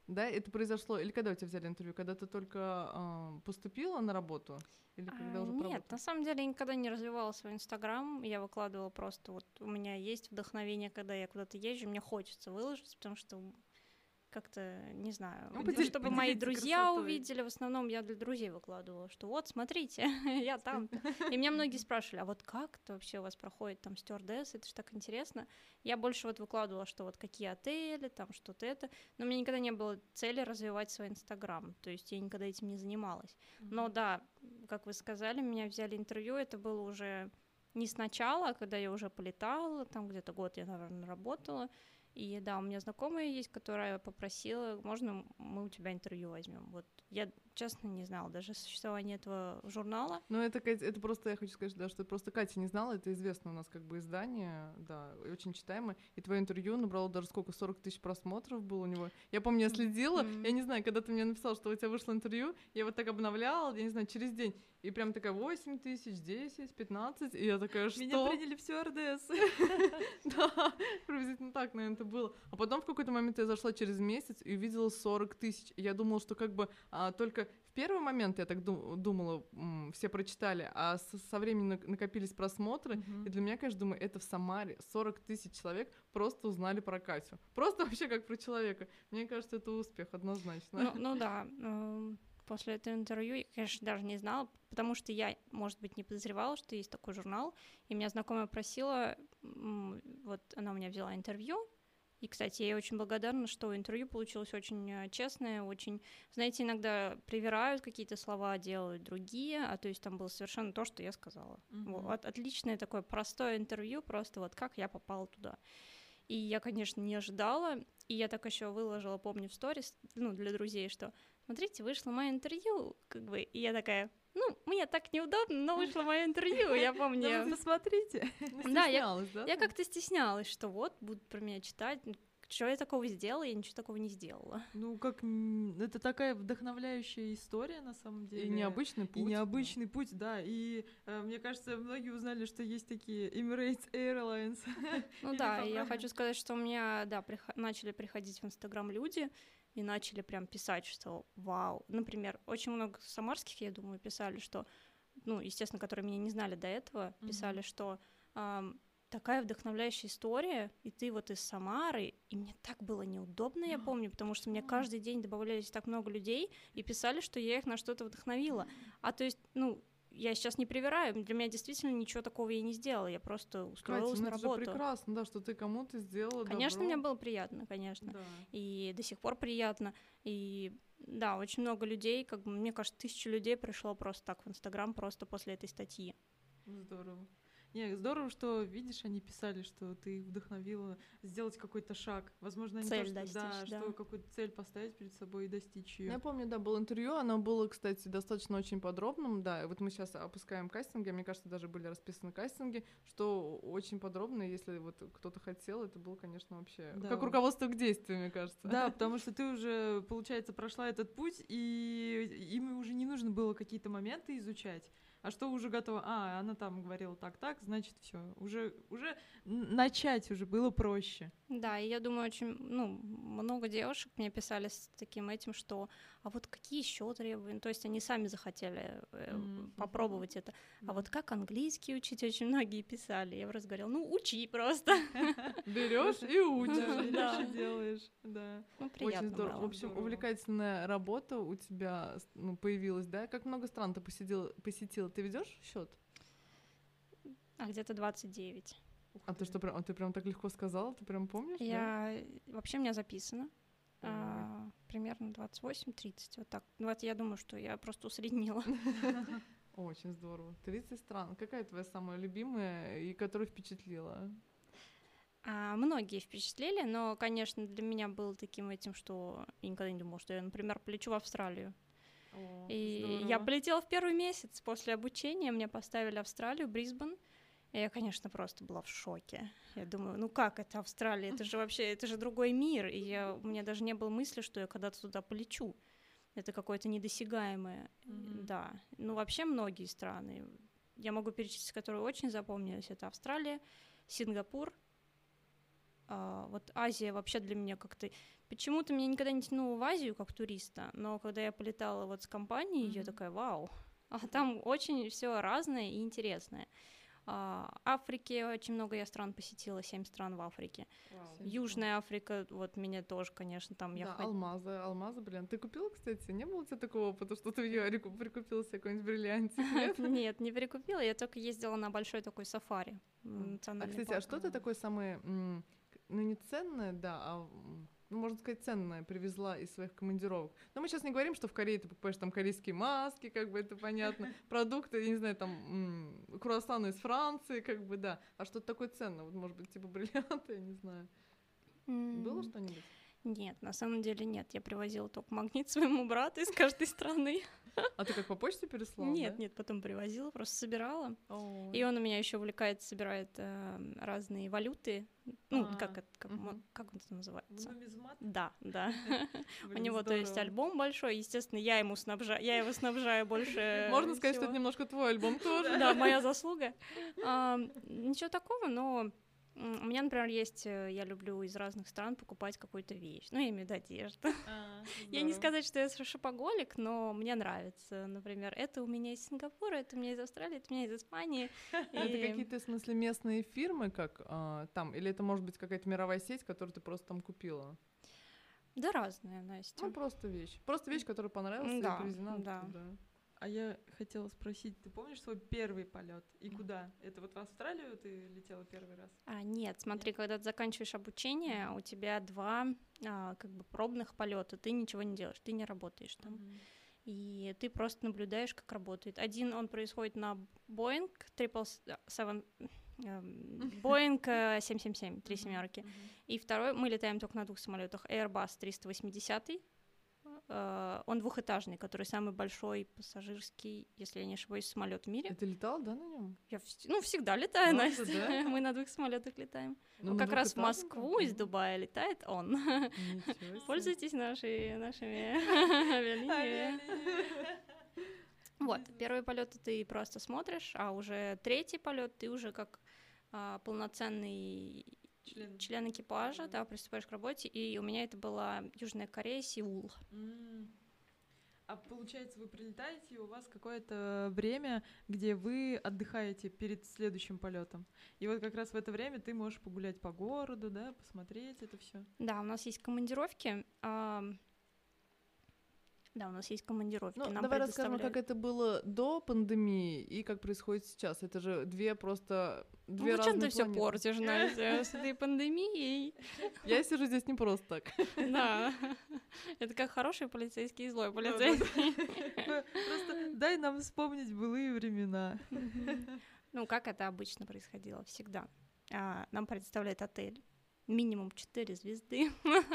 S2: Да, это произошло, или когда у тебя взяли интервью? Когда ты только э, поступила на работу? Или когда
S3: А,
S2: уже
S3: нет,
S2: поработала?
S3: на самом деле я никогда не развивала свой Инстаграм. Я выкладывала просто вот у меня есть вдохновение, когда я куда-то езжу, мне хочется выложить, потому что как-то, не знаю,
S2: Ну,
S3: ну,
S2: подели-
S3: чтобы мои
S1: поделиться
S3: друзья
S1: красотой.
S3: увидели, в основном я для друзей выкладывала, что вот, смотрите, я там-то. И меня многие спрашивали, а вот как это вообще у вас проходит там стюардесс, это же так интересно. Я больше вот выкладывала, что вот какие отели, там что-то это, но у меня никогда не было цели развивать свой Инстаграм, то есть я никогда этим не занималась. Но да, как вы сказали, меня взяли интервью, это было уже не сначала, когда я уже полетала, там где-то год я, наверное, работала. И да, у меня знакомая есть, которая попросила, можно мы у тебя интервью возьмем. Вот я, честно, не знала даже существования этого журнала.
S2: Ну, это, Кать, это просто, я хочу сказать, да, что просто Катя не знала, это известно у нас как бы издание, да, и очень читаемое, и твое интервью набрало даже сколько, сорок тысяч просмотров было у него. Я помню, я следила,
S3: Mm-hmm.
S2: я не знаю, когда ты мне написал, что у тебя вышло интервью, я вот так обновляла, я не знаю, через день, и прям такая восемь тысяч, десять, пятнадцать, и я такая, что?
S1: Меня приняли в стюардессы.
S2: Да, приблизительно так, наверное, это было. А потом в какой-то момент я зашла через месяц и увидела сорок тысяч. Я думала, что как бы а, только в первый момент, я так дум- думала, м, все прочитали, а со, со временем нак- накопились просмотры.
S1: Мгм.
S2: И для меня, конечно, думаю, это в Самаре сорок тысяч человек просто узнали про Катю. Просто вообще как про человека. Мне кажется, это успех однозначно.
S3: Ну, ну да, эм, после этого интервью я, конечно, даже не знала, потому что я, может быть, не подозревала, что есть такой журнал, и меня знакомая просила, м, вот она у меня взяла интервью, и, кстати, я ей очень благодарна, что интервью получилось очень э, честное, очень, знаете, иногда привирают какие-то слова, делают другие, а то есть там было совершенно то, что я сказала.
S1: Мгм.
S3: Вот, отличное такое простое интервью, просто вот как я попала туда. И я, конечно, не ожидала, и я так еще выложила, помню, в сторис, ну, для друзей, что смотрите, вышло мое интервью, как бы, и я такая, ну, мне так неудобно, но вышло мое интервью, я
S1: Да
S3: помню.
S1: вы посмотрите.
S3: Да, я,
S2: Стеснялась, да?
S3: я
S2: ты?
S3: как-то стеснялась, что вот, будут про меня читать, ну, что я такого сделала, я ничего такого не сделала.
S1: Ну, как н- это такая вдохновляющая история на самом деле.
S2: И необычный путь.
S1: И необычный путь, да. И э, мне кажется, многие узнали, что есть такие Emirates Airlines.
S3: Ну
S1: Или
S3: да, и я
S1: попробуй.
S3: хочу сказать, что у меня, да, прихо- начали приходить в Инстаграм люди и начали прям писать, что вау. Например, очень много самарских, я думаю, писали, что, ну, естественно, которые меня не знали до этого, писали,
S1: Мгм.
S3: что ам, такая вдохновляющая история, и ты вот из Самары, и мне так было неудобно, я помню, потому что мне
S1: А.
S3: каждый день добавлялись так много людей, и писали, что я их на что-то вдохновила. А то есть, ну, я сейчас не привираю, для меня действительно ничего такого я не сделала, я просто
S2: Катя,
S3: устроилась
S2: ну
S3: на
S2: это же
S3: работу.
S2: прекрасно, да, что ты кому-то сделала
S3: Конечно,
S2: добро.
S3: мне было приятно, конечно,
S1: Да.
S3: и до сих пор приятно, и да, очень много людей, как бы, мне кажется, тысячу людей пришло просто так в Инстаграм просто после этой статьи.
S1: Здорово. Не, здорово, что, видишь, они писали, что ты их вдохновила сделать какой-то шаг. Возможно, не
S3: Цель
S1: то, что,
S3: достичь,
S1: да,
S3: да.
S1: что какую-то цель поставить перед собой и достичь
S2: Ну,
S1: ее.
S2: я помню, да, было интервью, оно было, кстати, достаточно очень подробным, да, и вот мы сейчас опускаем кастинги, а мне кажется, даже были расписаны кастинги, что очень подробно, если вот кто-то хотел, это было, конечно, вообще
S1: Да.
S2: как руководство к действию, мне кажется.
S1: Да, потому что ты уже, получается, прошла этот путь, и им уже не нужно было какие-то моменты изучать, а что уже готово. А, она там говорила так-так, значит, все. Уже, уже н- начать уже было проще.
S3: Да, и я думаю, очень, ну, много девушек мне писали с таким этим, что, а вот какие еще требования, то есть они сами захотели э,
S1: Мгм.
S3: попробовать это,
S1: Да.
S3: а вот как английский учить, очень многие писали, я просто говорила, ну, учи просто.
S2: Берешь и
S1: Да,
S2: учишь.
S1: берёшь
S3: Да.
S1: и делаешь, да.
S3: Ну,
S2: Очень
S3: приятно
S2: здорово.
S3: было.
S2: В общем,
S1: Здорово.
S2: увлекательная работа у тебя с- ну, появилась, да? Как много стран ты посетила? посетила? Ты ведешь счет?
S3: А где-то двадцать девять.
S1: Ух
S2: А ты что, прям, а ты прям так легко сказала? Ты прям помнишь? да?
S3: Я вообще у меня записано.
S2: Ой.
S3: а, примерно двадцать восемь тридцать, вот так. Ну, вот я думаю, что я просто усреднила.
S2: Очень здорово. тридцать стран. Какая твоя самая любимая и которая впечатлила?
S3: А, многие впечатлили, но, конечно, для меня было таким этим, что я никогда не думала, что я, например, полечу в Австралию.
S1: О,
S3: И
S1: здорово.
S3: я полетела в первый месяц после обучения, мне поставили Австралию, Брисбен. И я, конечно, просто была в шоке. Я думаю, ну как это Австралия? Это же вообще, это же другой мир. И я, у меня даже не было мысли, что я когда-то туда полечу. Это какое-то недосягаемое.
S1: Мгм.
S3: Да. Ну, вообще многие страны. Я могу перечислить, которые очень запомнились. Это Австралия, Сингапур, А, вот Азия вообще для меня как-то... Почему-то меня никогда не тянуло в Азию как туриста, но когда я полетала вот с компанией, mm-hmm. я такая, вау, а там очень все разное и интересное. А, Африки очень много я стран посетила, семь стран в Африке. Wow. Южная Африка, вот меня тоже, конечно, там
S2: да,
S3: я...
S2: Да, алмазы, алмазы, блин. Ты купила, кстати? Не было у тебя такого опыта, что ты в Ярику прикупила себе какой-нибудь бриллиантик? Нет?
S3: Нет, не прикупила, я только ездила на большой такой сафари.
S2: А, кстати, а что ты такое самое, ну, не ценное, да, а... ну, можно сказать, ценное привезла из своих командировок. Но мы сейчас не говорим, что в Корее ты покупаешь там корейские маски, как бы это понятно, продукты, я не знаю, там м- круассаны из Франции, как бы, да. А что-то такое ценное, вот, может быть, типа бриллианты, я не знаю. Mm. Было что-нибудь?
S3: Нет, на самом деле нет. Я привозила только магнит своему брату из каждой страны.
S2: А ты как по почте переслала?
S3: Нет,
S2: да?
S3: нет, потом привозила, просто собирала.
S2: Ой.
S3: И он у меня еще увлекается, собирает э, разные валюты. Ну, А-а-а. как это, как, угу. как он это называется?
S1: Нумизмат?
S3: Да, да. У него, то есть, альбом большой. Естественно, я ему снабжаю, я его снабжаю больше.
S2: Можно сказать, что это немножко твой альбом тоже.
S3: Да, моя заслуга. Ничего такого, но у меня, например, есть, я люблю из разных стран покупать какую-то вещь. Ну, я имею в виду одежду. А, я не сказать, что я шопоголик, но мне нравится. Например, это у меня из Сингапура, это у меня из Австралии, это у меня из Испании.
S2: Это и... какие-то, в смысле, местные фирмы, как а, там? Или это может быть какая-то мировая сеть, которую ты просто там купила?
S3: Да разная, Настя.
S2: Ну, просто вещь. Просто вещь, которая понравилась,
S3: да,
S2: и привезена
S3: да.
S2: оттуда.
S1: А я хотела спросить, ты помнишь свой первый полет и куда? Это вот в Австралию ты летела первый раз?
S3: А, нет, смотри, нет? Когда ты заканчиваешь обучение, mm-hmm. у тебя два а, как бы пробных полета, ты ничего не делаешь, ты не работаешь там. Mm-hmm. И ты просто наблюдаешь, как работает. Один, он происходит на Boeing triple seven, Boeing семь семь семь, три семерки. Mm-hmm. И второй, мы летаем только на двух самолетах, Airbus триста восемьдесят. Uh, он двухэтажный, который самый большой пассажирский, если я не ошибаюсь, самолет в мире.
S2: Ты летал, да, на нем?
S3: Я в... ну, всегда летаю, Настя. Да? Мы на двух самолетах летаем. Ну, как раз в Москву из Дубая летает он. Пользуйтесь нашей, нашими авиалиниями. Вот, первый полет ты просто смотришь, а уже третий полет ты уже как а, полноценный Член. член экипажа, mm-hmm. да, приступаешь к работе, и у меня это была Южная Корея, Сеул.
S1: Mm. А получается, вы прилетаете, и у вас какое-то время, где вы отдыхаете перед следующим полетом. И вот как раз в это время ты можешь погулять по городу, да, посмотреть это все.
S3: Да, у нас есть командировки. А... Да, у нас есть командировки.
S2: Ну,
S3: Нам
S2: давай расскажем, как это было до пандемии и как происходит сейчас. Это же две просто две
S3: ну,
S2: разные
S3: зачем ты все
S2: планеты.
S3: портишь, Настя, с этой пандемией?
S2: Я сижу здесь не просто так.
S3: Да, это как хороший полицейский и злой полицейский.
S1: Просто дай нам вспомнить былые времена.
S3: Ну, как это обычно происходило всегда. Нам представляет отель, минимум четыре звезды.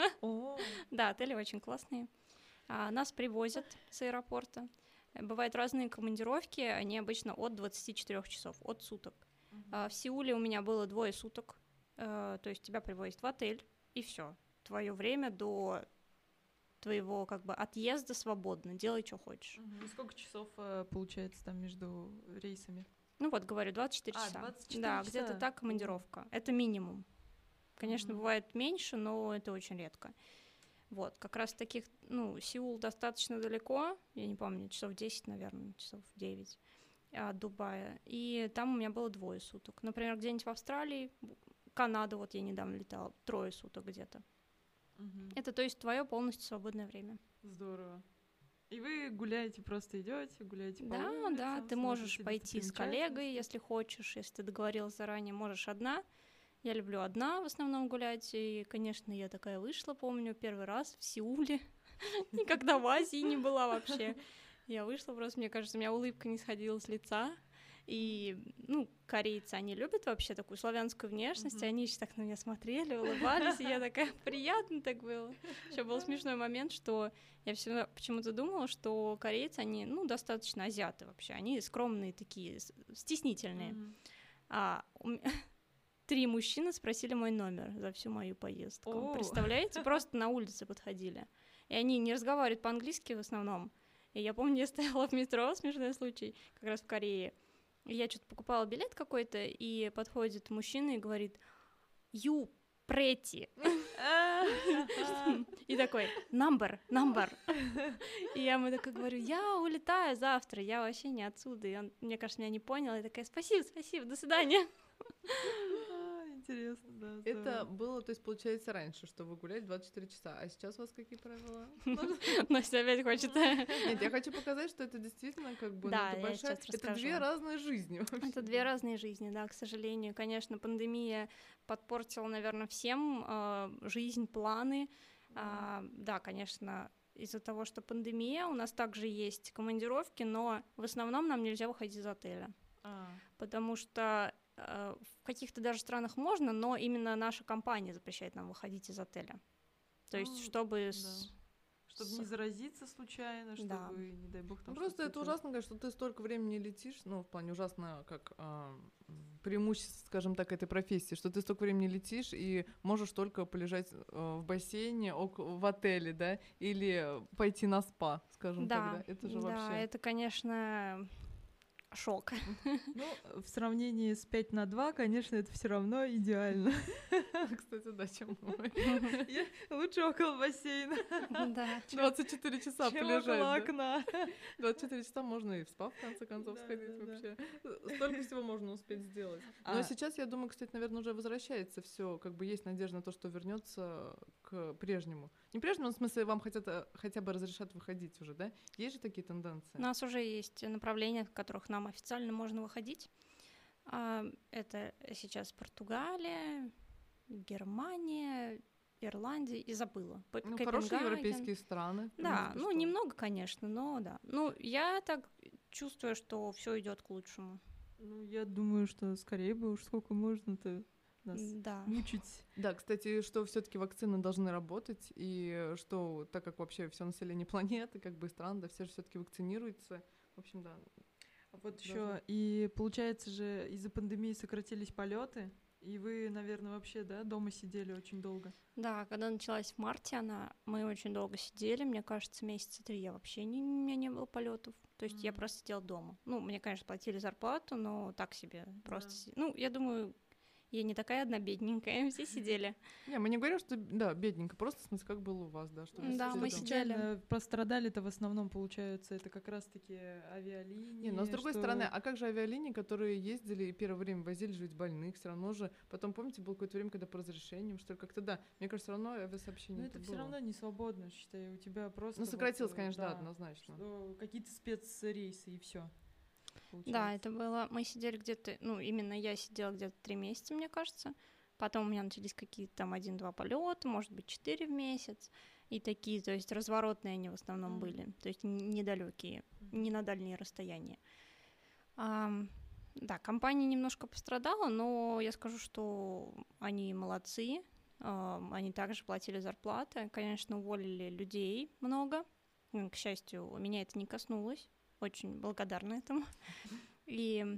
S3: Да, отели очень классные. А, нас привозят с аэропорта. Бывают разные командировки, они обычно от двадцати четырёх часов, от суток. Uh-huh. А, в Сеуле у меня было двое суток, а, то есть тебя привозят в отель, и все. Твое время до твоего как бы отъезда свободно, делай, что хочешь.
S1: Uh-huh. И сколько часов а, получается там между рейсами?
S3: Ну вот, говорю, двадцать четыре
S1: а,
S3: часа.
S1: двадцать четыре
S3: да,
S1: часа.
S3: где-то так командировка. Uh-huh. Это минимум. Конечно, uh-huh. бывает меньше, но это очень редко. Вот, как раз таких, ну, Сеул достаточно далеко, я не помню, часов десять, наверное, часов девять от Дубая, и там у меня было двое суток. Например, где-нибудь в Австралии, Канаду, вот я недавно летала, трое суток где-то. Угу. Это, то есть, твое полностью свободное время.
S1: Здорово. И вы гуляете, просто идете, гуляете по
S3: да,
S1: улицам?
S3: Да, да, ты можешь пойти с коллегой, если хочешь, если ты договорилась заранее, можешь одна. Я люблю одна в основном гулять, и, конечно, я такая вышла, помню, первый раз в Сеуле, никогда в Азии не была вообще. Я вышла просто, мне кажется, у меня улыбка не сходила с лица, и, ну, корейцы, они любят вообще такую славянскую внешность, и они еще так на меня смотрели, улыбались, и я такая, приятно так было. Еще был смешной момент, что я всегда почему-то думала, что корейцы, они, ну, достаточно азиаты вообще, они скромные такие, стеснительные. А Три мужчины спросили мой номер за всю мою поездку. Oh. Представляете? Просто на улице подходили. И они не разговаривают по-английски в основном. И я помню, я стояла в метро, смешной случай, как раз в Корее. И я что-то покупала билет какой-то, и подходит мужчина и говорит: You pretty. И такой, number, number. И я ему такая говорю, я улетаю завтра, я вообще не отсюда. И он, мне кажется, меня не понял. И такая, спасибо, спасибо, до свидания.
S1: Интересно, да.
S2: Это было, то есть, получается, раньше, что вы гуляли двадцать четыре часа, а сейчас у вас какие правила?
S3: Настя опять хочет.
S2: Нет, я хочу показать, что это действительно как бы,
S3: да,
S2: ну, это большая, это две разные жизни вообще.
S3: Это две разные жизни, да, к сожалению. Конечно, пандемия подпортила, наверное, всем э, жизнь, планы. А, да, конечно, из-за того, что пандемия, у нас также есть командировки, но в основном нам нельзя выходить из отеля,
S1: а.
S3: потому что в каких-то даже странах можно, но именно наша компания запрещает нам выходить из отеля. То есть, ну, чтобы...
S1: Да.
S3: С...
S1: Чтобы не заразиться случайно, чтобы,
S3: да.
S1: не дай бог, там
S2: ну, просто это ужасно, конечно, что ты столько времени летишь, ну, в плане ужасно, как а, преимущество, скажем так, этой профессии, что ты столько времени летишь и можешь только полежать а, в бассейне, в отеле, да, или пойти на спа, скажем
S3: да.
S2: так, да? Это же
S3: да,
S2: вообще...
S3: Да, это, конечно... шок.
S1: Ну, в сравнении с пять на два, конечно, это все равно идеально.
S2: Кстати, да, чем мы.
S1: Лучше около бассейна.
S3: Да.
S2: двадцать четыре часа
S1: чем
S2: полежать,
S1: около
S2: да?
S1: окна.
S2: двадцать четыре часа можно и в спа, в конце концов,
S1: да,
S2: сходить
S1: да,
S2: вообще. Да. Столько всего можно успеть сделать.
S1: А...
S2: Но сейчас, я думаю, кстати, наверное, уже возвращается все, как бы есть надежда на то, что вернется к прежнему. Не прежнему, в смысле, вам хотят, хотя бы разрешат выходить уже, да? Есть же такие тенденции?
S3: У нас уже есть направления, в которых нам официально можно выходить. Это сейчас Португалия, Германия, Ирландия, и забыла.
S2: Ну, хорошие европейские страны.
S3: Да,
S2: принципе,
S3: ну,
S2: что?
S3: немного, конечно, но да. Ну, я так чувствую, что все идет к лучшему.
S1: Ну, я думаю, что скорее бы уж сколько можно-то нас
S3: да.
S1: мучить.
S2: Да, кстати, что все-таки вакцины должны работать, и что, так как вообще все население планеты, как бы стран, да, все же все-таки вакцинируются. В общем, да.
S1: Вот еще и получается же из-за пандемии сократились полеты, и вы, наверное, вообще, да, дома сидели очень долго.
S3: Да, когда началась в марте, она, мы очень долго сидели, мне кажется, месяца три я вообще не, у меня не было полетов, то есть mm-hmm. я просто сидела дома. Ну, мне, конечно, платили зарплату, но так себе просто. Yeah. Ну, я думаю. Я не такая одна бедненькая, все сидели.
S2: Не, мы не говорим, что, да, бедненько, просто, в смысле, как было у вас, да? Что
S3: да, мы сидели.
S1: Пострадали-то в основном, получается, это как раз-таки авиалинии.
S2: Не, но с другой
S1: что...
S2: стороны, а как же авиалинии, которые ездили и первое время возили же ведь больных, все равно же, потом, помните, было какое-то время, когда по разрешениям, что ли, как-то, да, мне кажется, все равно авиасообщение
S1: Ну, это все равно не свободно, считаю, у тебя просто...
S2: Ну, сократилось,
S1: вот,
S2: конечно,
S1: да,
S2: да, однозначно.
S1: Какие-то спецрейсы и все.
S3: Да, это было, мы сидели где-то, ну, именно я сидела где-то три месяца, мне кажется. Потом у меня начались какие-то там один-два полета, может быть, четыре в месяц. И такие, то есть разворотные они в основном mm. были, то есть недалекие, mm. не на дальние расстояния. А, да, компания немножко пострадала, но я скажу, что они молодцы. А, они также платили зарплаты. Конечно, уволили людей много. К счастью, меня это не коснулось. Очень благодарна этому. И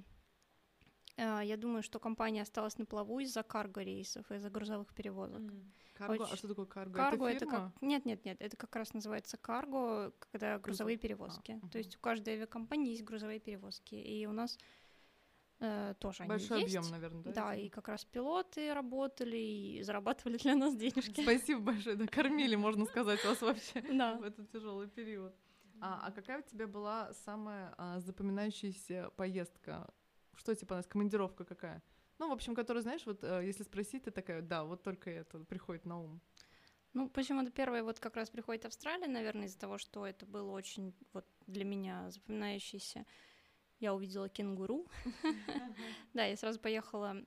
S3: я думаю, что компания осталась на плаву из-за карго-рейсов, из-за грузовых перевозок.
S2: Mm. Карго? Очень... А что такое карго?
S3: Карго
S2: это,
S3: это как... Нет, нет, нет, это как раз называется карго, когда грузовые перевозки. А, uh-huh. То есть у каждой авиакомпании есть грузовые перевозки, и у нас э, тоже
S2: большой
S3: они есть.
S2: Большой объем, наверное, да?
S3: Да, и как раз пилоты работали и зарабатывали для нас денежки.
S2: Спасибо большое, да, кормили, можно сказать, вас вообще
S3: в
S2: этот тяжелый период. А, а какая у тебя была самая а, запоминающаяся поездка? Что тебе понравилось? Командировка какая? Ну, в общем, которую, знаешь, вот а, если спросить, ты такая, да, вот только это приходит на ум.
S3: Ну, почему-то первое вот как раз приходит Австралия, наверное, из-за того, что это было очень вот для меня запоминающееся. Я увидела кенгуру. Да, я сразу поехала.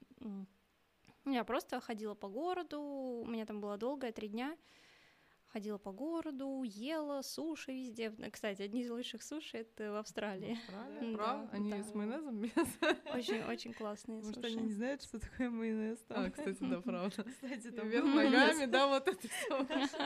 S3: Я просто ходила по городу, у меня там была долгая, три дня. Ходила по городу, ела, суши везде. Кстати, одни из лучших суши — это в Австралии.
S2: В Австралии? Правда? Они с майонезом без?
S3: Очень, очень классные суши.
S1: Может, они не знают, что такое майонез там?
S2: А, кстати, да, правда.
S1: Кстати, там
S2: вверх ногами, да, вот это всё.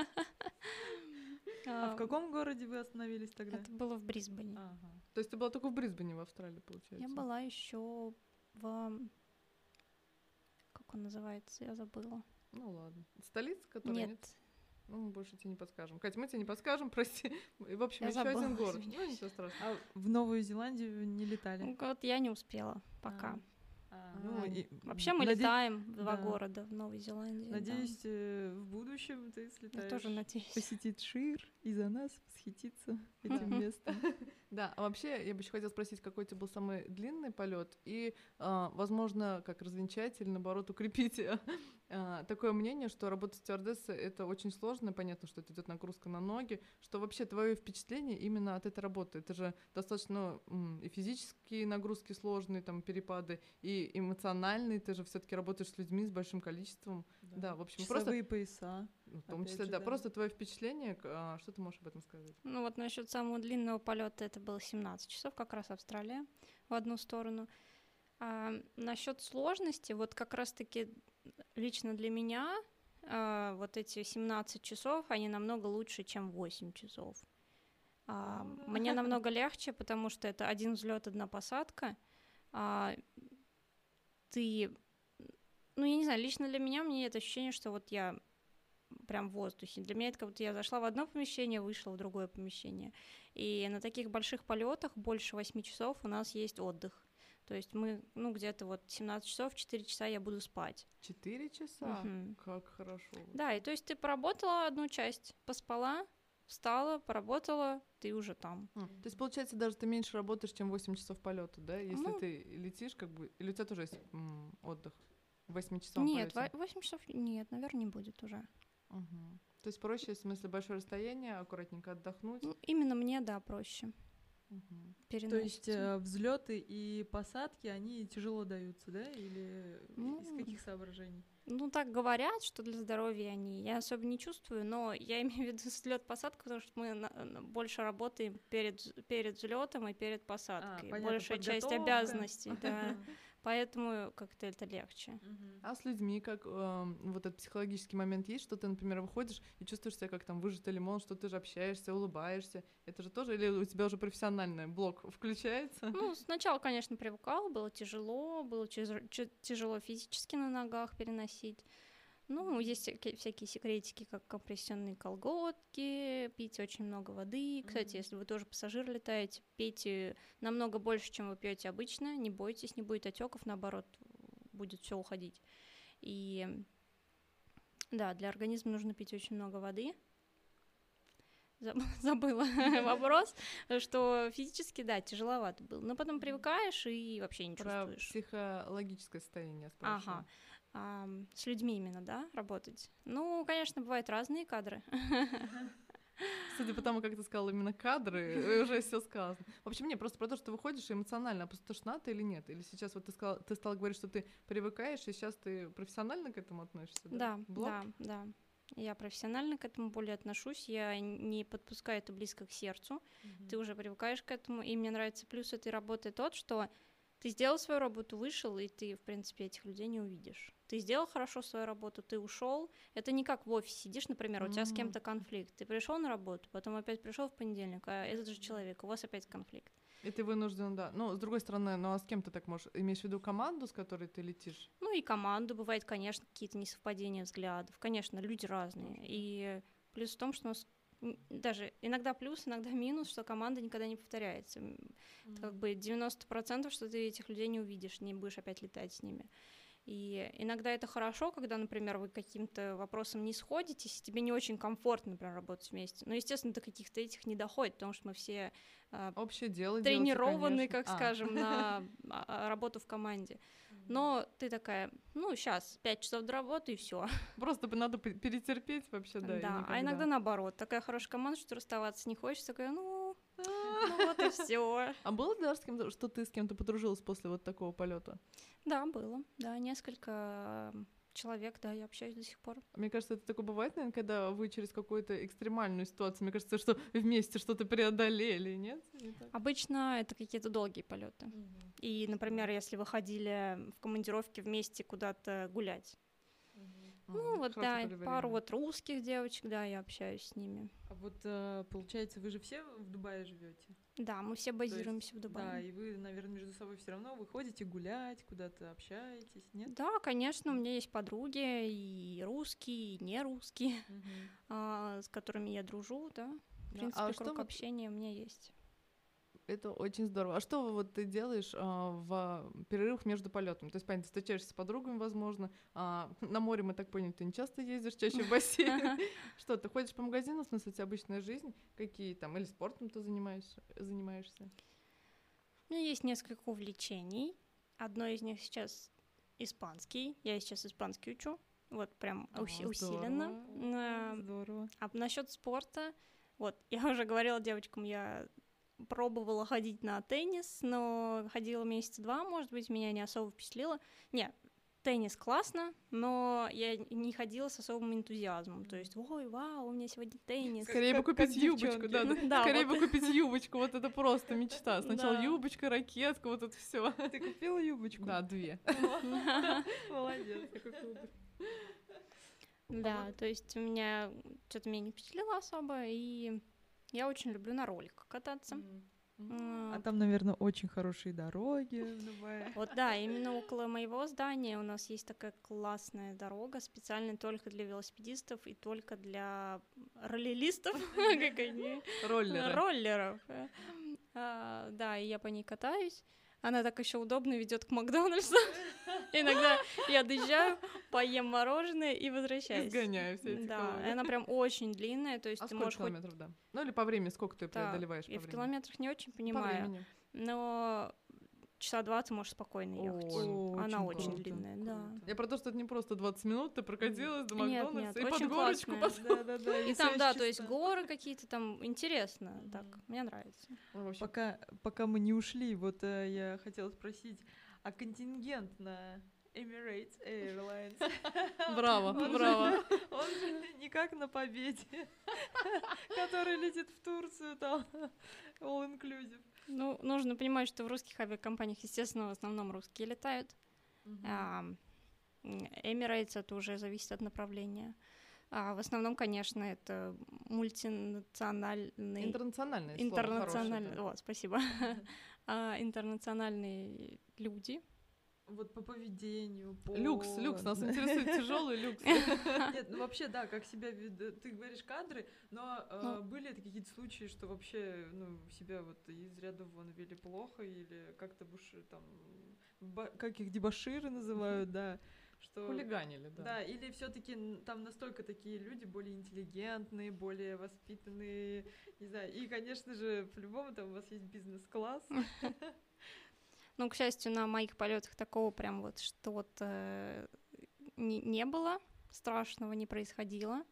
S1: А в каком городе вы остановились тогда?
S3: Это было в Брисбене.
S2: То есть ты была только в Брисбене, в Австралии, получается?
S3: Я была еще в... Как он называется? Я забыла.
S2: Ну ладно. Столица, которая...
S3: Нет.
S2: Ну, мы больше тебе не подскажем. Катя, мы тебе не подскажем, прости. В общем,
S3: я
S2: еще
S3: забыла,
S2: один город.
S3: Извиняюсь.
S2: Ну, ничего страшного.
S1: А в Новую Зеландию не летали?
S3: Вот я не успела пока.
S1: А, ну, и,
S3: Вообще мы
S1: наде...
S3: летаем в два
S1: да.
S3: города в Новой Зеландии.
S1: Надеюсь,
S3: да.
S1: в будущем ты слетаешь.
S3: Я тоже надеюсь.
S1: Посетить Шир и за нас восхититься этим местом.
S2: Да, а вообще я бы еще хотела спросить, какой у тебя был самый длинный полет и, а, возможно, как развенчать или наоборот укрепить а, такое мнение, что работа стюардессой это очень сложно, понятно, что это идет нагрузка на ноги, что вообще твое впечатление именно от этой работы, это же достаточно м, и физические нагрузки сложные, там перепады, и эмоциональные, ты же все-таки работаешь с людьми с большим количеством, да, да в общем
S1: часовые
S2: просто
S1: пояса,
S2: в том числе,
S1: же,
S2: да,
S1: да,
S2: просто твое впечатление, а, что ты можешь об этом сказать?
S3: Ну вот насчет самого длинного полета это было семнадцать часов, как раз Австралия в одну сторону. А насчет сложности, вот как раз-таки лично для меня а, вот эти семнадцать часов, они намного лучше, чем восемь часов. А, oh, мне да. намного легче, потому что это один взлет, одна посадка. А, ты, ну я не знаю, лично для меня мне это ощущение, что вот я прям в воздухе. Для меня это как будто я зашла в одно помещение, вышла в другое помещение. И на таких больших полетах больше восьми часов у нас есть отдых. То есть мы, ну, где-то вот семнадцать часов, четыре часа я буду спать.
S2: четыре часа?
S3: Угу.
S2: Как хорошо.
S3: Да, и то есть ты поработала одну часть, поспала, встала, поработала, ты уже там.
S2: Mm. То есть, получается, даже ты меньше работаешь, чем восемь часов полета, да? Если ну, ты летишь, как бы, или у тебя тоже есть м, отдых в восьмичасовом
S3: нет,
S2: полете?
S3: Нет, восемь часов, нет, наверное, не будет уже.
S2: Угу. То есть проще, в смысле, большое расстояние, аккуратненько отдохнуть?
S3: Ну, именно мне, да, проще.
S1: Угу. То есть э, взлеты и посадки, они тяжело даются, да? Или ну, из каких соображений?
S3: Ну, так говорят, что для здоровья они. Я особо не чувствую, но я имею в виду взлет-посадку, потому что мы на, на, больше работаем перед, перед взлетом и перед посадкой. А, понятно, большая часть обязанностей, да. Поэтому как-то это легче.
S2: Uh-huh. А с людьми, как э, вот этот психологический момент есть, что ты, например, выходишь и чувствуешь себя как там выжатый лимон, что ты же общаешься, улыбаешься. Это же тоже, или у тебя уже профессиональный блок включается?
S3: Ну, сначала, конечно, привыкала, было тяжело, было тяжело физически на ногах переносить. Ну, есть всякие, всякие секретики, как компрессионные колготки, пить очень много воды. Кстати, mm-hmm. если вы тоже пассажир летаете, пейте намного больше, чем вы пьете обычно. Не бойтесь, не будет отеков, наоборот, будет все уходить. И да, для организма нужно пить очень много воды. Забыла вопрос, что физически, да, тяжеловато было. Но потом привыкаешь и вообще не чувствуешь.
S2: Про психологическое состояние спрашиваю.
S3: Ага. А, с людьми именно, да, работать? Ну, конечно, бывают разные кадры.
S2: Судя по тому, как ты сказала именно кадры, уже все сказано. В общем, не, просто про то, что ты выходишь эмоционально, а просто тошна ты или нет? Или сейчас вот ты, сказала, ты стала говорить, что ты привыкаешь, и сейчас ты профессионально к этому относишься?
S3: Да, да, да, да. Я профессионально к этому более отношусь, я не подпускаю это близко к сердцу, mm-hmm. ты уже привыкаешь к этому, и мне нравится плюс этой работы тот, что ты сделал свою работу, вышел, и ты, в принципе, этих людей не увидишь. Ты сделал хорошо свою работу, ты ушел. Это не как в офисе сидишь, например, у тебя mm-hmm. с кем-то конфликт. Ты пришел на работу, потом опять пришел в понедельник, а этот же человек, у вас опять конфликт.
S2: И ты вынужден, да. Ну, с другой стороны, ну а с кем ты так можешь? Имеешь в виду команду, с которой ты летишь?
S3: Ну и команду. Бывает, конечно, какие-то несовпадения взглядов. Конечно, люди разные. Mm-hmm. И плюс в том, что у нас даже иногда плюс, иногда минус, что команда никогда не повторяется. Mm-hmm. Это как бы девяносто процентов, что ты этих людей не увидишь, не будешь опять летать с ними. И иногда это хорошо, когда, например, вы каким-то вопросом не сходитесь, тебе не очень комфортно, например, работать вместе. Но, естественно, до каких-то этих не доходит, потому что мы все э,
S2: общее дело
S3: тренированы,
S2: делайте,
S3: как
S2: а.
S3: скажем, на работу в команде. Но ты такая, ну, сейчас пять часов до работы, и все.
S2: Просто надо перетерпеть вообще, да.
S3: Да, а иногда наоборот. Такая хорошая команда, что расставаться не хочешь, такая, ну, ну вот и все.
S2: А было даже с кем-то, что ты с кем-то подружилась после вот такого полета?
S3: Да, было. Да, несколько человек, да, я общаюсь до сих пор.
S2: Мне кажется, это такое бывает, наверное, когда вы через какую-то экстремальную ситуацию, мне кажется, что вместе что-то преодолели, нет? Не
S3: Обычно это какие-то долгие полеты. Угу. И, например, если вы ходили в командировке вместе куда-то гулять. Угу. Ну, вот, да, пару вот русских девочек, да, я общаюсь с ними.
S1: А вот, получается, вы же все в Дубае живете?
S3: Да, мы все базируемся есть, в Дубае.
S1: Да, и вы, наверное, между собой все равно выходите гулять, куда-то общаетесь, нет?
S3: Да, конечно, у меня есть подруги, и русские, и не русские, uh-huh. а, с которыми я дружу, да. В принципе, а круг общения у меня есть.
S2: Это очень здорово. А что вот ты делаешь а, в перерывах между полетом? То есть, понятно, ты встречаешься с подругами, возможно. А, на море, мы так поняли, ты не часто ездишь, чаще в бассейн. Что, ты ходишь по магазинам, в смысле, у тебя обычная жизнь? Какие там, или спортом ты занимаешься? занимаешься?
S3: У меня есть несколько увлечений. Одно из них сейчас испанский. Я сейчас испанский учу. Вот прям
S2: О,
S3: ус- усиленно.
S1: Здорово. Здорово.
S3: А насчет спорта, вот, я уже говорила девочкам, я пробовала ходить на теннис, но ходила месяца два, может быть, меня не особо впечатлило. Не, теннис классно, но я не ходила с особым энтузиазмом. То есть, ой, вау, у меня сегодня теннис.
S2: Скорее
S1: Как-
S2: бы купить
S1: как
S2: юбочку, да,
S1: девчонки.
S2: да.
S3: Да,
S2: Скорее
S3: вот.
S2: бы купить юбочку, вот это просто мечта. Сначала
S1: Да.
S2: юбочка, ракетка, вот это все.
S1: Ты купила юбочку?
S2: Да, две.
S1: Молодец. Какой кубик.
S3: Да, то есть у меня что-то меня не впечатлило особо, и я очень люблю на роликах кататься.
S1: А
S3: М,
S1: там, наверное, очень хорошие дороги в Дубае.
S3: Вот да, именно около моего здания у нас есть такая классная дорога, специально только для велосипедистов и только для роллилистов, как они,
S2: Роллеры.
S3: роллеров. А, Да, и я по ней катаюсь. Она так еще удобно ведет к Макдональдсу. Иногда я доезжаю, поем мороженое и возвращаюсь.
S2: Изгоняю все эти
S3: Да,
S2: калории.
S3: и она прям очень длинная, то есть
S2: А
S3: ты
S2: сколько
S3: можешь хоть...
S2: километров, да? Ну или по времени, сколько ты
S3: Да,
S2: преодолеваешь
S3: я
S2: по
S3: в
S2: времени?
S3: километрах не очень
S2: По
S3: понимаю,
S2: времени.
S3: но часа два ты можешь спокойно ехать.
S2: О,
S3: Она
S1: очень
S3: очень
S1: круто,
S3: длинная, да.
S1: круто.
S2: Я про то, что это не просто двадцать минут, ты прокатилась до
S3: Нет,
S2: Макдональдса
S3: нет,
S2: и под
S3: очень
S2: горочку
S3: классная.
S2: потом.
S1: Да-да-да.
S3: И там,
S1: связь
S3: да, то есть
S1: чиста.
S3: горы какие-то там, интересно, так,
S1: Мгм.
S3: мне нравится.
S2: Ну, в общем,
S1: Пока, пока мы не ушли, вот э, я хотела спросить, а контингент на Emirates Airlines?
S2: Браво,
S1: Он же-
S2: браво.
S1: Он же не как на Победе, который летит в Турцию, там, all inclusive.
S3: Ну, нужно понимать, что в русских авиакомпаниях, естественно, в основном русские летают. А, м, Emirates это уже зависит от направления. А в основном, конечно, это мультинациональный...
S2: Интернациональное слово
S3: Интернациональный...
S2: хорошее, да.
S3: Вот, спасибо. А, интернациональные люди.
S1: Вот по поведению, по...
S2: Люкс, люкс, нас интересует тяжелый люкс.
S1: Нет, ну вообще, да, как себя ведут. Ты говоришь кадры, но э,
S3: Ну.
S1: были это какие-то случаи, что вообще, ну, себя вот из ряда вон вели плохо, или как-то буши, там, ба- как их дебоширы называют, да, что...
S2: Хулиганили, да.
S1: Да, или все-таки там настолько такие люди более интеллигентные, более воспитанные, не знаю. И, конечно же, по-любому там у вас есть бизнес-класс.
S3: Ну, к счастью, на моих полетах такого прям вот что-то не, не было, страшного не происходило.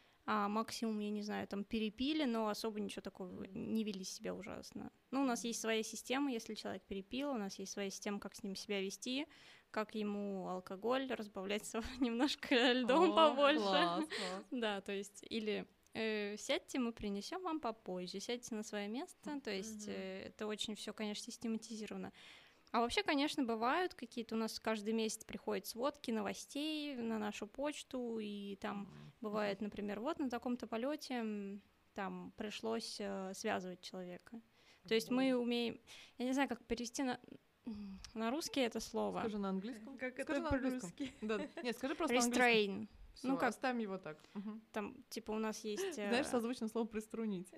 S3: А максимум, я не знаю, там перепили, но особо ничего такого не вели себя ужасно. Ну, у нас есть своя система, если человек перепил, у нас есть своя система, как с ним себя вести, как ему алкоголь разбавлять с- немножко льдом
S2: О,
S3: побольше.
S2: класс, класс.
S3: Да, то есть, или э, сядьте, мы принесем вам попозже, сядьте на свое место, то есть
S1: Мгм.
S3: э, это очень все, конечно, систематизировано. А вообще, конечно, бывают какие-то, у нас каждый месяц приходят сводки новостей на нашу почту, и там бывает, например, вот на таком-то полете м, там пришлось э, связывать человека. То есть мы умеем, я не знаю, как перевести на, на русский это слово.
S2: Скажи на английском.
S1: Как
S2: Скажи
S1: это
S2: на английском.
S1: по-русски?
S2: Да. Нет, скажи просто на английском.
S3: Restrain.
S2: Всё,
S3: Ну как?
S2: оставим его так. Мгм.
S3: Там, типа, у нас есть... э,
S2: Знаешь, созвучно слово «приструнить».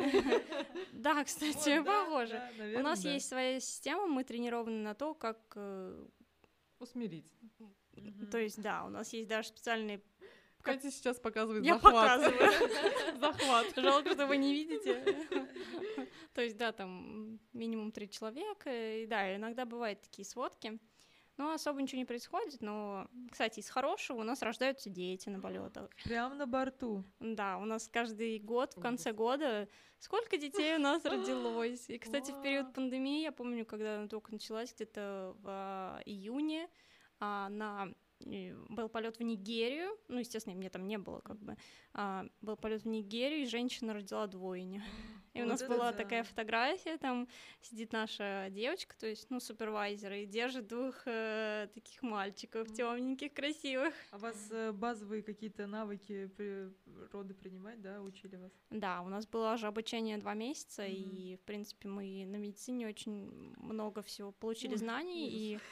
S3: Да, кстати,
S1: Вот, да,
S3: похоже.
S1: да,
S3: У
S1: наверно,
S3: нас
S1: да.
S3: есть своя система, мы тренированы на то, как... э,
S2: Усмирить.
S1: Мгм.
S3: То есть, да, у нас есть даже специальные... Как-
S2: Катя сейчас показывает
S3: Я
S2: захват.
S3: показываю.
S2: Захват.
S3: Жалко, что вы не видите. То есть, да, там минимум три человека. И да, иногда бывают такие сводки. Но особо ничего не происходит. Но, кстати, из хорошего у нас рождаются дети на полетах.
S1: Прям на борту.
S3: Да, у нас каждый год, в конце года, сколько детей у нас родилось. И, кстати, в период пандемии, я помню, когда она только началась, где-то в а, июне, а, на э, был полет в Нигерию, ну, естественно, мне там не было, как бы, а, был полет в Нигерию, и женщина родила двойню. И у
S1: Вот
S3: нас
S1: это
S3: была
S1: да.
S3: такая фотография, там сидит наша девочка, то есть, ну, супервайзер, и держит двух э, таких мальчиков, темненьких, красивых.
S1: А вас э, базовые какие-то навыки при- роды принимать, да, учили вас?
S3: Да, у нас было же обучение два месяца,
S1: Мгм.
S3: и, в принципе, мы на медицине очень много всего получили
S1: Ой,
S3: знаний,
S1: ужас.
S3: и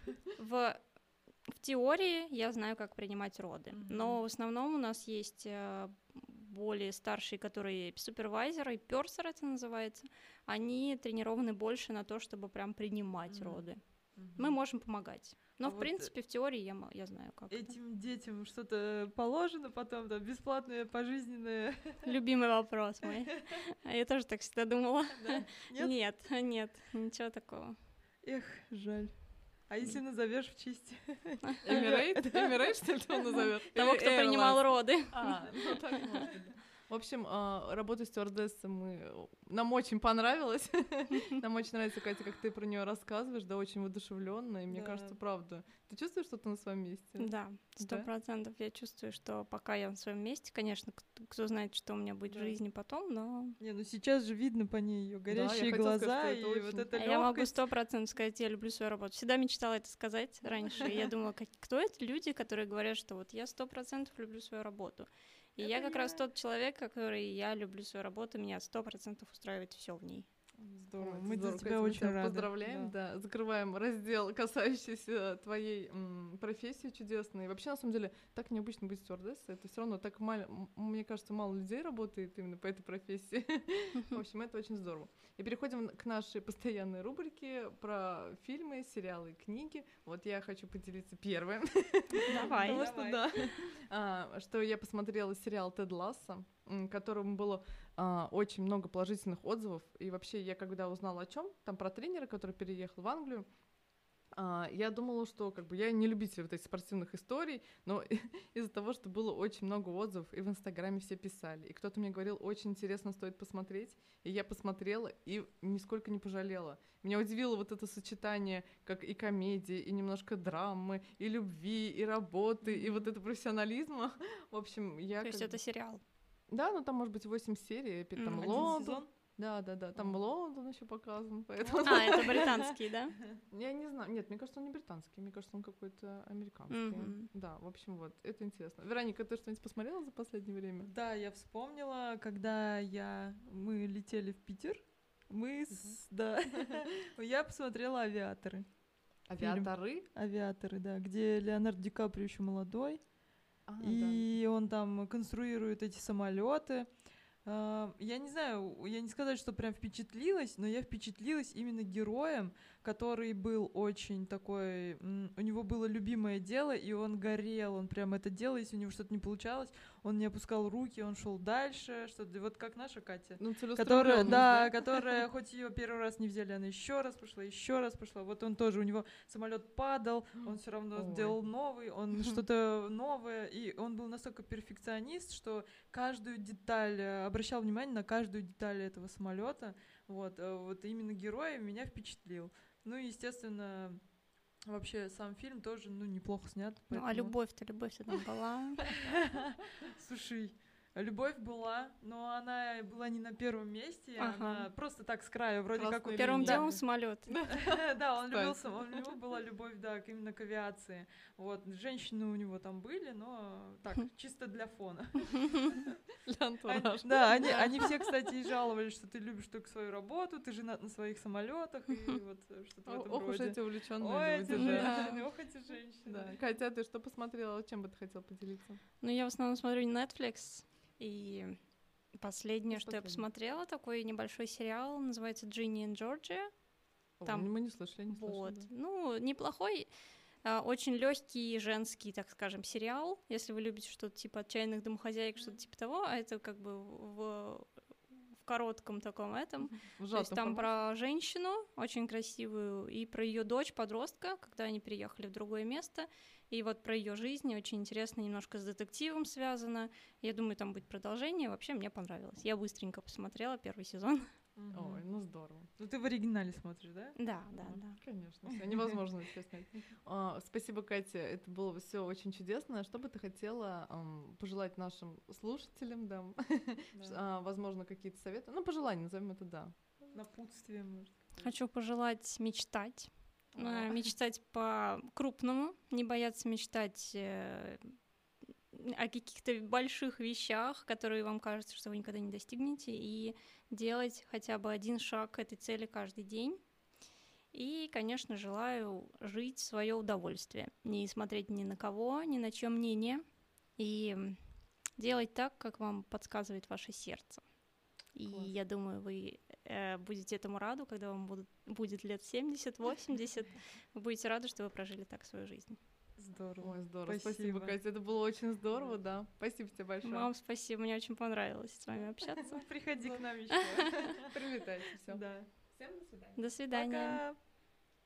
S3: в, в теории я знаю, как принимать роды,
S1: Мгм.
S3: но в основном у нас есть э, более старшие, которые супервайзеры, персер это называется, они тренированы больше на то, чтобы прям принимать mm-hmm. роды. Mm-hmm. Мы можем помогать. Но, а в вот принципе, в теории я, я знаю, как
S1: этим
S3: это.
S1: детям что-то положено потом, да, бесплатное, пожизненное?
S3: Любимый вопрос мой. Я тоже так всегда думала.
S1: Да? Нет?
S3: Нет, нет, ничего такого.
S1: Эх, жаль. А если назовешь в честь?
S2: Эмирейт? Эмирейт, что ли, ты его назовешь?
S3: Того, кто принимал роды.
S2: А, ну так может быть. В общем, работа стюардессой мы... нам очень понравилось. Нам очень нравится, Катя, как ты про нее рассказываешь, да, очень воодушевленно, и мне да. кажется, правда. Ты чувствуешь, что ты на своем месте?
S3: Да, сто процентов. Я чувствую, что пока я на своем месте, конечно, кто знает, что у меня будет да. в жизни потом, но...
S1: Не, ну сейчас же видно по ней ее горящие да, глаза сказать, и очень... вот это лёгкость.
S3: Я могу сто процентов сказать, я люблю свою работу. Всегда мечтала это сказать раньше, и я думала, кто это люди, которые говорят, что вот я сто процентов люблю свою работу. И это я как я... раз тот человек, который я люблю свою работу, меня сто процентов устраивает все в ней.
S1: Здорово, мы здорово. Тебя Катя, очень тебя рады.
S2: Поздравляем, да. да. Закрываем раздел, касающийся твоей м, профессии чудесной. И вообще, на самом деле, так необычно быть стюардессой. Это все равно так мало, мне кажется, мало людей работает именно по этой профессии. В общем, это очень здорово. И переходим к нашей постоянной рубрике про фильмы, сериалы, книги. Вот я хочу поделиться первым.
S3: Давай.
S2: Потому что, да, а, что я посмотрела сериал «Тед Лассо», которому было а, очень много положительных отзывов. И вообще, я когда узнала о чем, там про тренера, который переехал в Англию, а, я думала, что как бы я не любитель вот этих спортивных историй, но из-за того, что было очень много отзывов, и в Инстаграме все писали, и кто-то мне говорил, очень интересно, стоит посмотреть, и я посмотрела, и нисколько не пожалела. Меня удивило вот это сочетание, как и комедии, и немножко драмы, и любви, и работы, и вот это профессионализма. В общем, я...
S3: То есть это сериал?
S2: Да, ну там может быть восемь серий, там mm. Лондон. Да, да, да. Там mm. Лондон еще показан. Поэтому...
S3: А, это британский, да?
S2: Я не знаю. Нет, мне кажется, он не британский. Мне кажется, он какой-то американский. Mm-hmm. Да, в общем, вот. Это интересно. Вероника, ты что-нибудь посмотрела за последнее время?
S1: Да, я вспомнила, когда я... мы летели в Питер. Мы с... Mm-hmm. Да. Я посмотрела «Авиаторы».
S2: «Авиаторы»?
S1: «Авиаторы», да. Где Леонардо Ди Каприо еще молодой. А, и да. он там конструирует эти самолеты. Я не знаю, я не сказать, что прям впечатлилась, но я впечатлилась именно героем, который был очень такой... У него было любимое дело, и он горел, он прям это делал, если у него что-то не получалось, он не опускал руки, он шел дальше, что-то вот как наша Катя,
S2: ну,
S1: которая, да, да, которая, хоть ее первый раз не взяли, она еще раз пошла, еще раз пошла. Вот он тоже, у него самолет падал, он все равно Ой. сделал новый, он что-то новое, и он был настолько перфекционист, что каждую деталь, обращал внимание на каждую деталь этого самолета. Вот, вот именно герой меня впечатлил. Ну и, естественно, вообще сам фильм тоже, ну, неплохо снят.
S3: Поэтому... Ну, а любовь-то, любовь-то там была.
S1: Слушай, любовь была, но она была не на первом месте, ага. она просто так с краю, вроде Красный как...
S3: Первым делом самолет.
S1: Да, он любил, у него была любовь, да, именно к авиации. Вот, женщины у него там были, но так, чисто для фона.
S2: Для антуража.
S1: Да, они все, кстати, и жаловались, что ты любишь только свою работу, ты женат на своих самолетах, и вот что-то в этом роде.
S2: Ох уж эти увлеченные
S1: Ой, эти женщины, ох, эти женщины.
S2: Катя, ты что посмотрела, чем бы ты хотела поделиться?
S3: Ну, я в основном смотрю Netflix. И последнее, что, что я посмотрела, такой небольшой сериал, называется «Джинни и Джорджия».
S2: Там мы не слышали, не слышали.
S3: Вот. Да. Ну, неплохой, а, очень легкий женский, так скажем, сериал. Если вы любите что-то типа «Отчаянных домохозяек», что-то типа того, а это как бы в, в коротком таком этом. В То есть там формате. Про женщину, очень красивую, и про ее дочь, подростка, когда они переехали в другое место. И вот про ее жизнь очень интересно, немножко с детективом связано. Я думаю, там будет продолжение. Вообще мне понравилось. Я быстренько посмотрела первый сезон.
S2: Ой, ну здорово.
S1: Ну ты в оригинале смотришь, да?
S3: Да, да, да.
S2: Конечно, невозможно это снять. Спасибо, Катя, это было все очень чудесно. Что бы ты хотела пожелать нашим слушателям, да, возможно, какие-то советы? Ну, пожелания, назовем это, да.
S1: Напутствие, может.
S3: Хочу пожелать мечтать. А. Мечтать по-крупному, не бояться мечтать э, о каких-то больших вещах, которые вам кажется, что вы никогда не достигнете, и делать хотя бы один шаг к этой цели каждый день. И, конечно, желаю жить в свое удовольствие, не смотреть ни на кого, ни на чье мнение, и делать так, как вам подсказывает ваше сердце. И
S1: Класс.
S3: я думаю, вы э, будете этому рады, когда вам будут, будет лет семьдесят-восемьдесят, вы будете рады, что вы прожили так свою жизнь.
S1: Здорово.
S2: Ой, здорово. Спасибо,
S1: Спасибо.
S2: Катя. Это было очень здорово, да. Спасибо тебе большое.
S3: Вам спасибо, мне очень понравилось с вами общаться.
S1: Приходи к нам еще.
S2: Привитайте, все.
S1: Да.
S2: Всем до свидания.
S3: До свидания.
S1: Пока.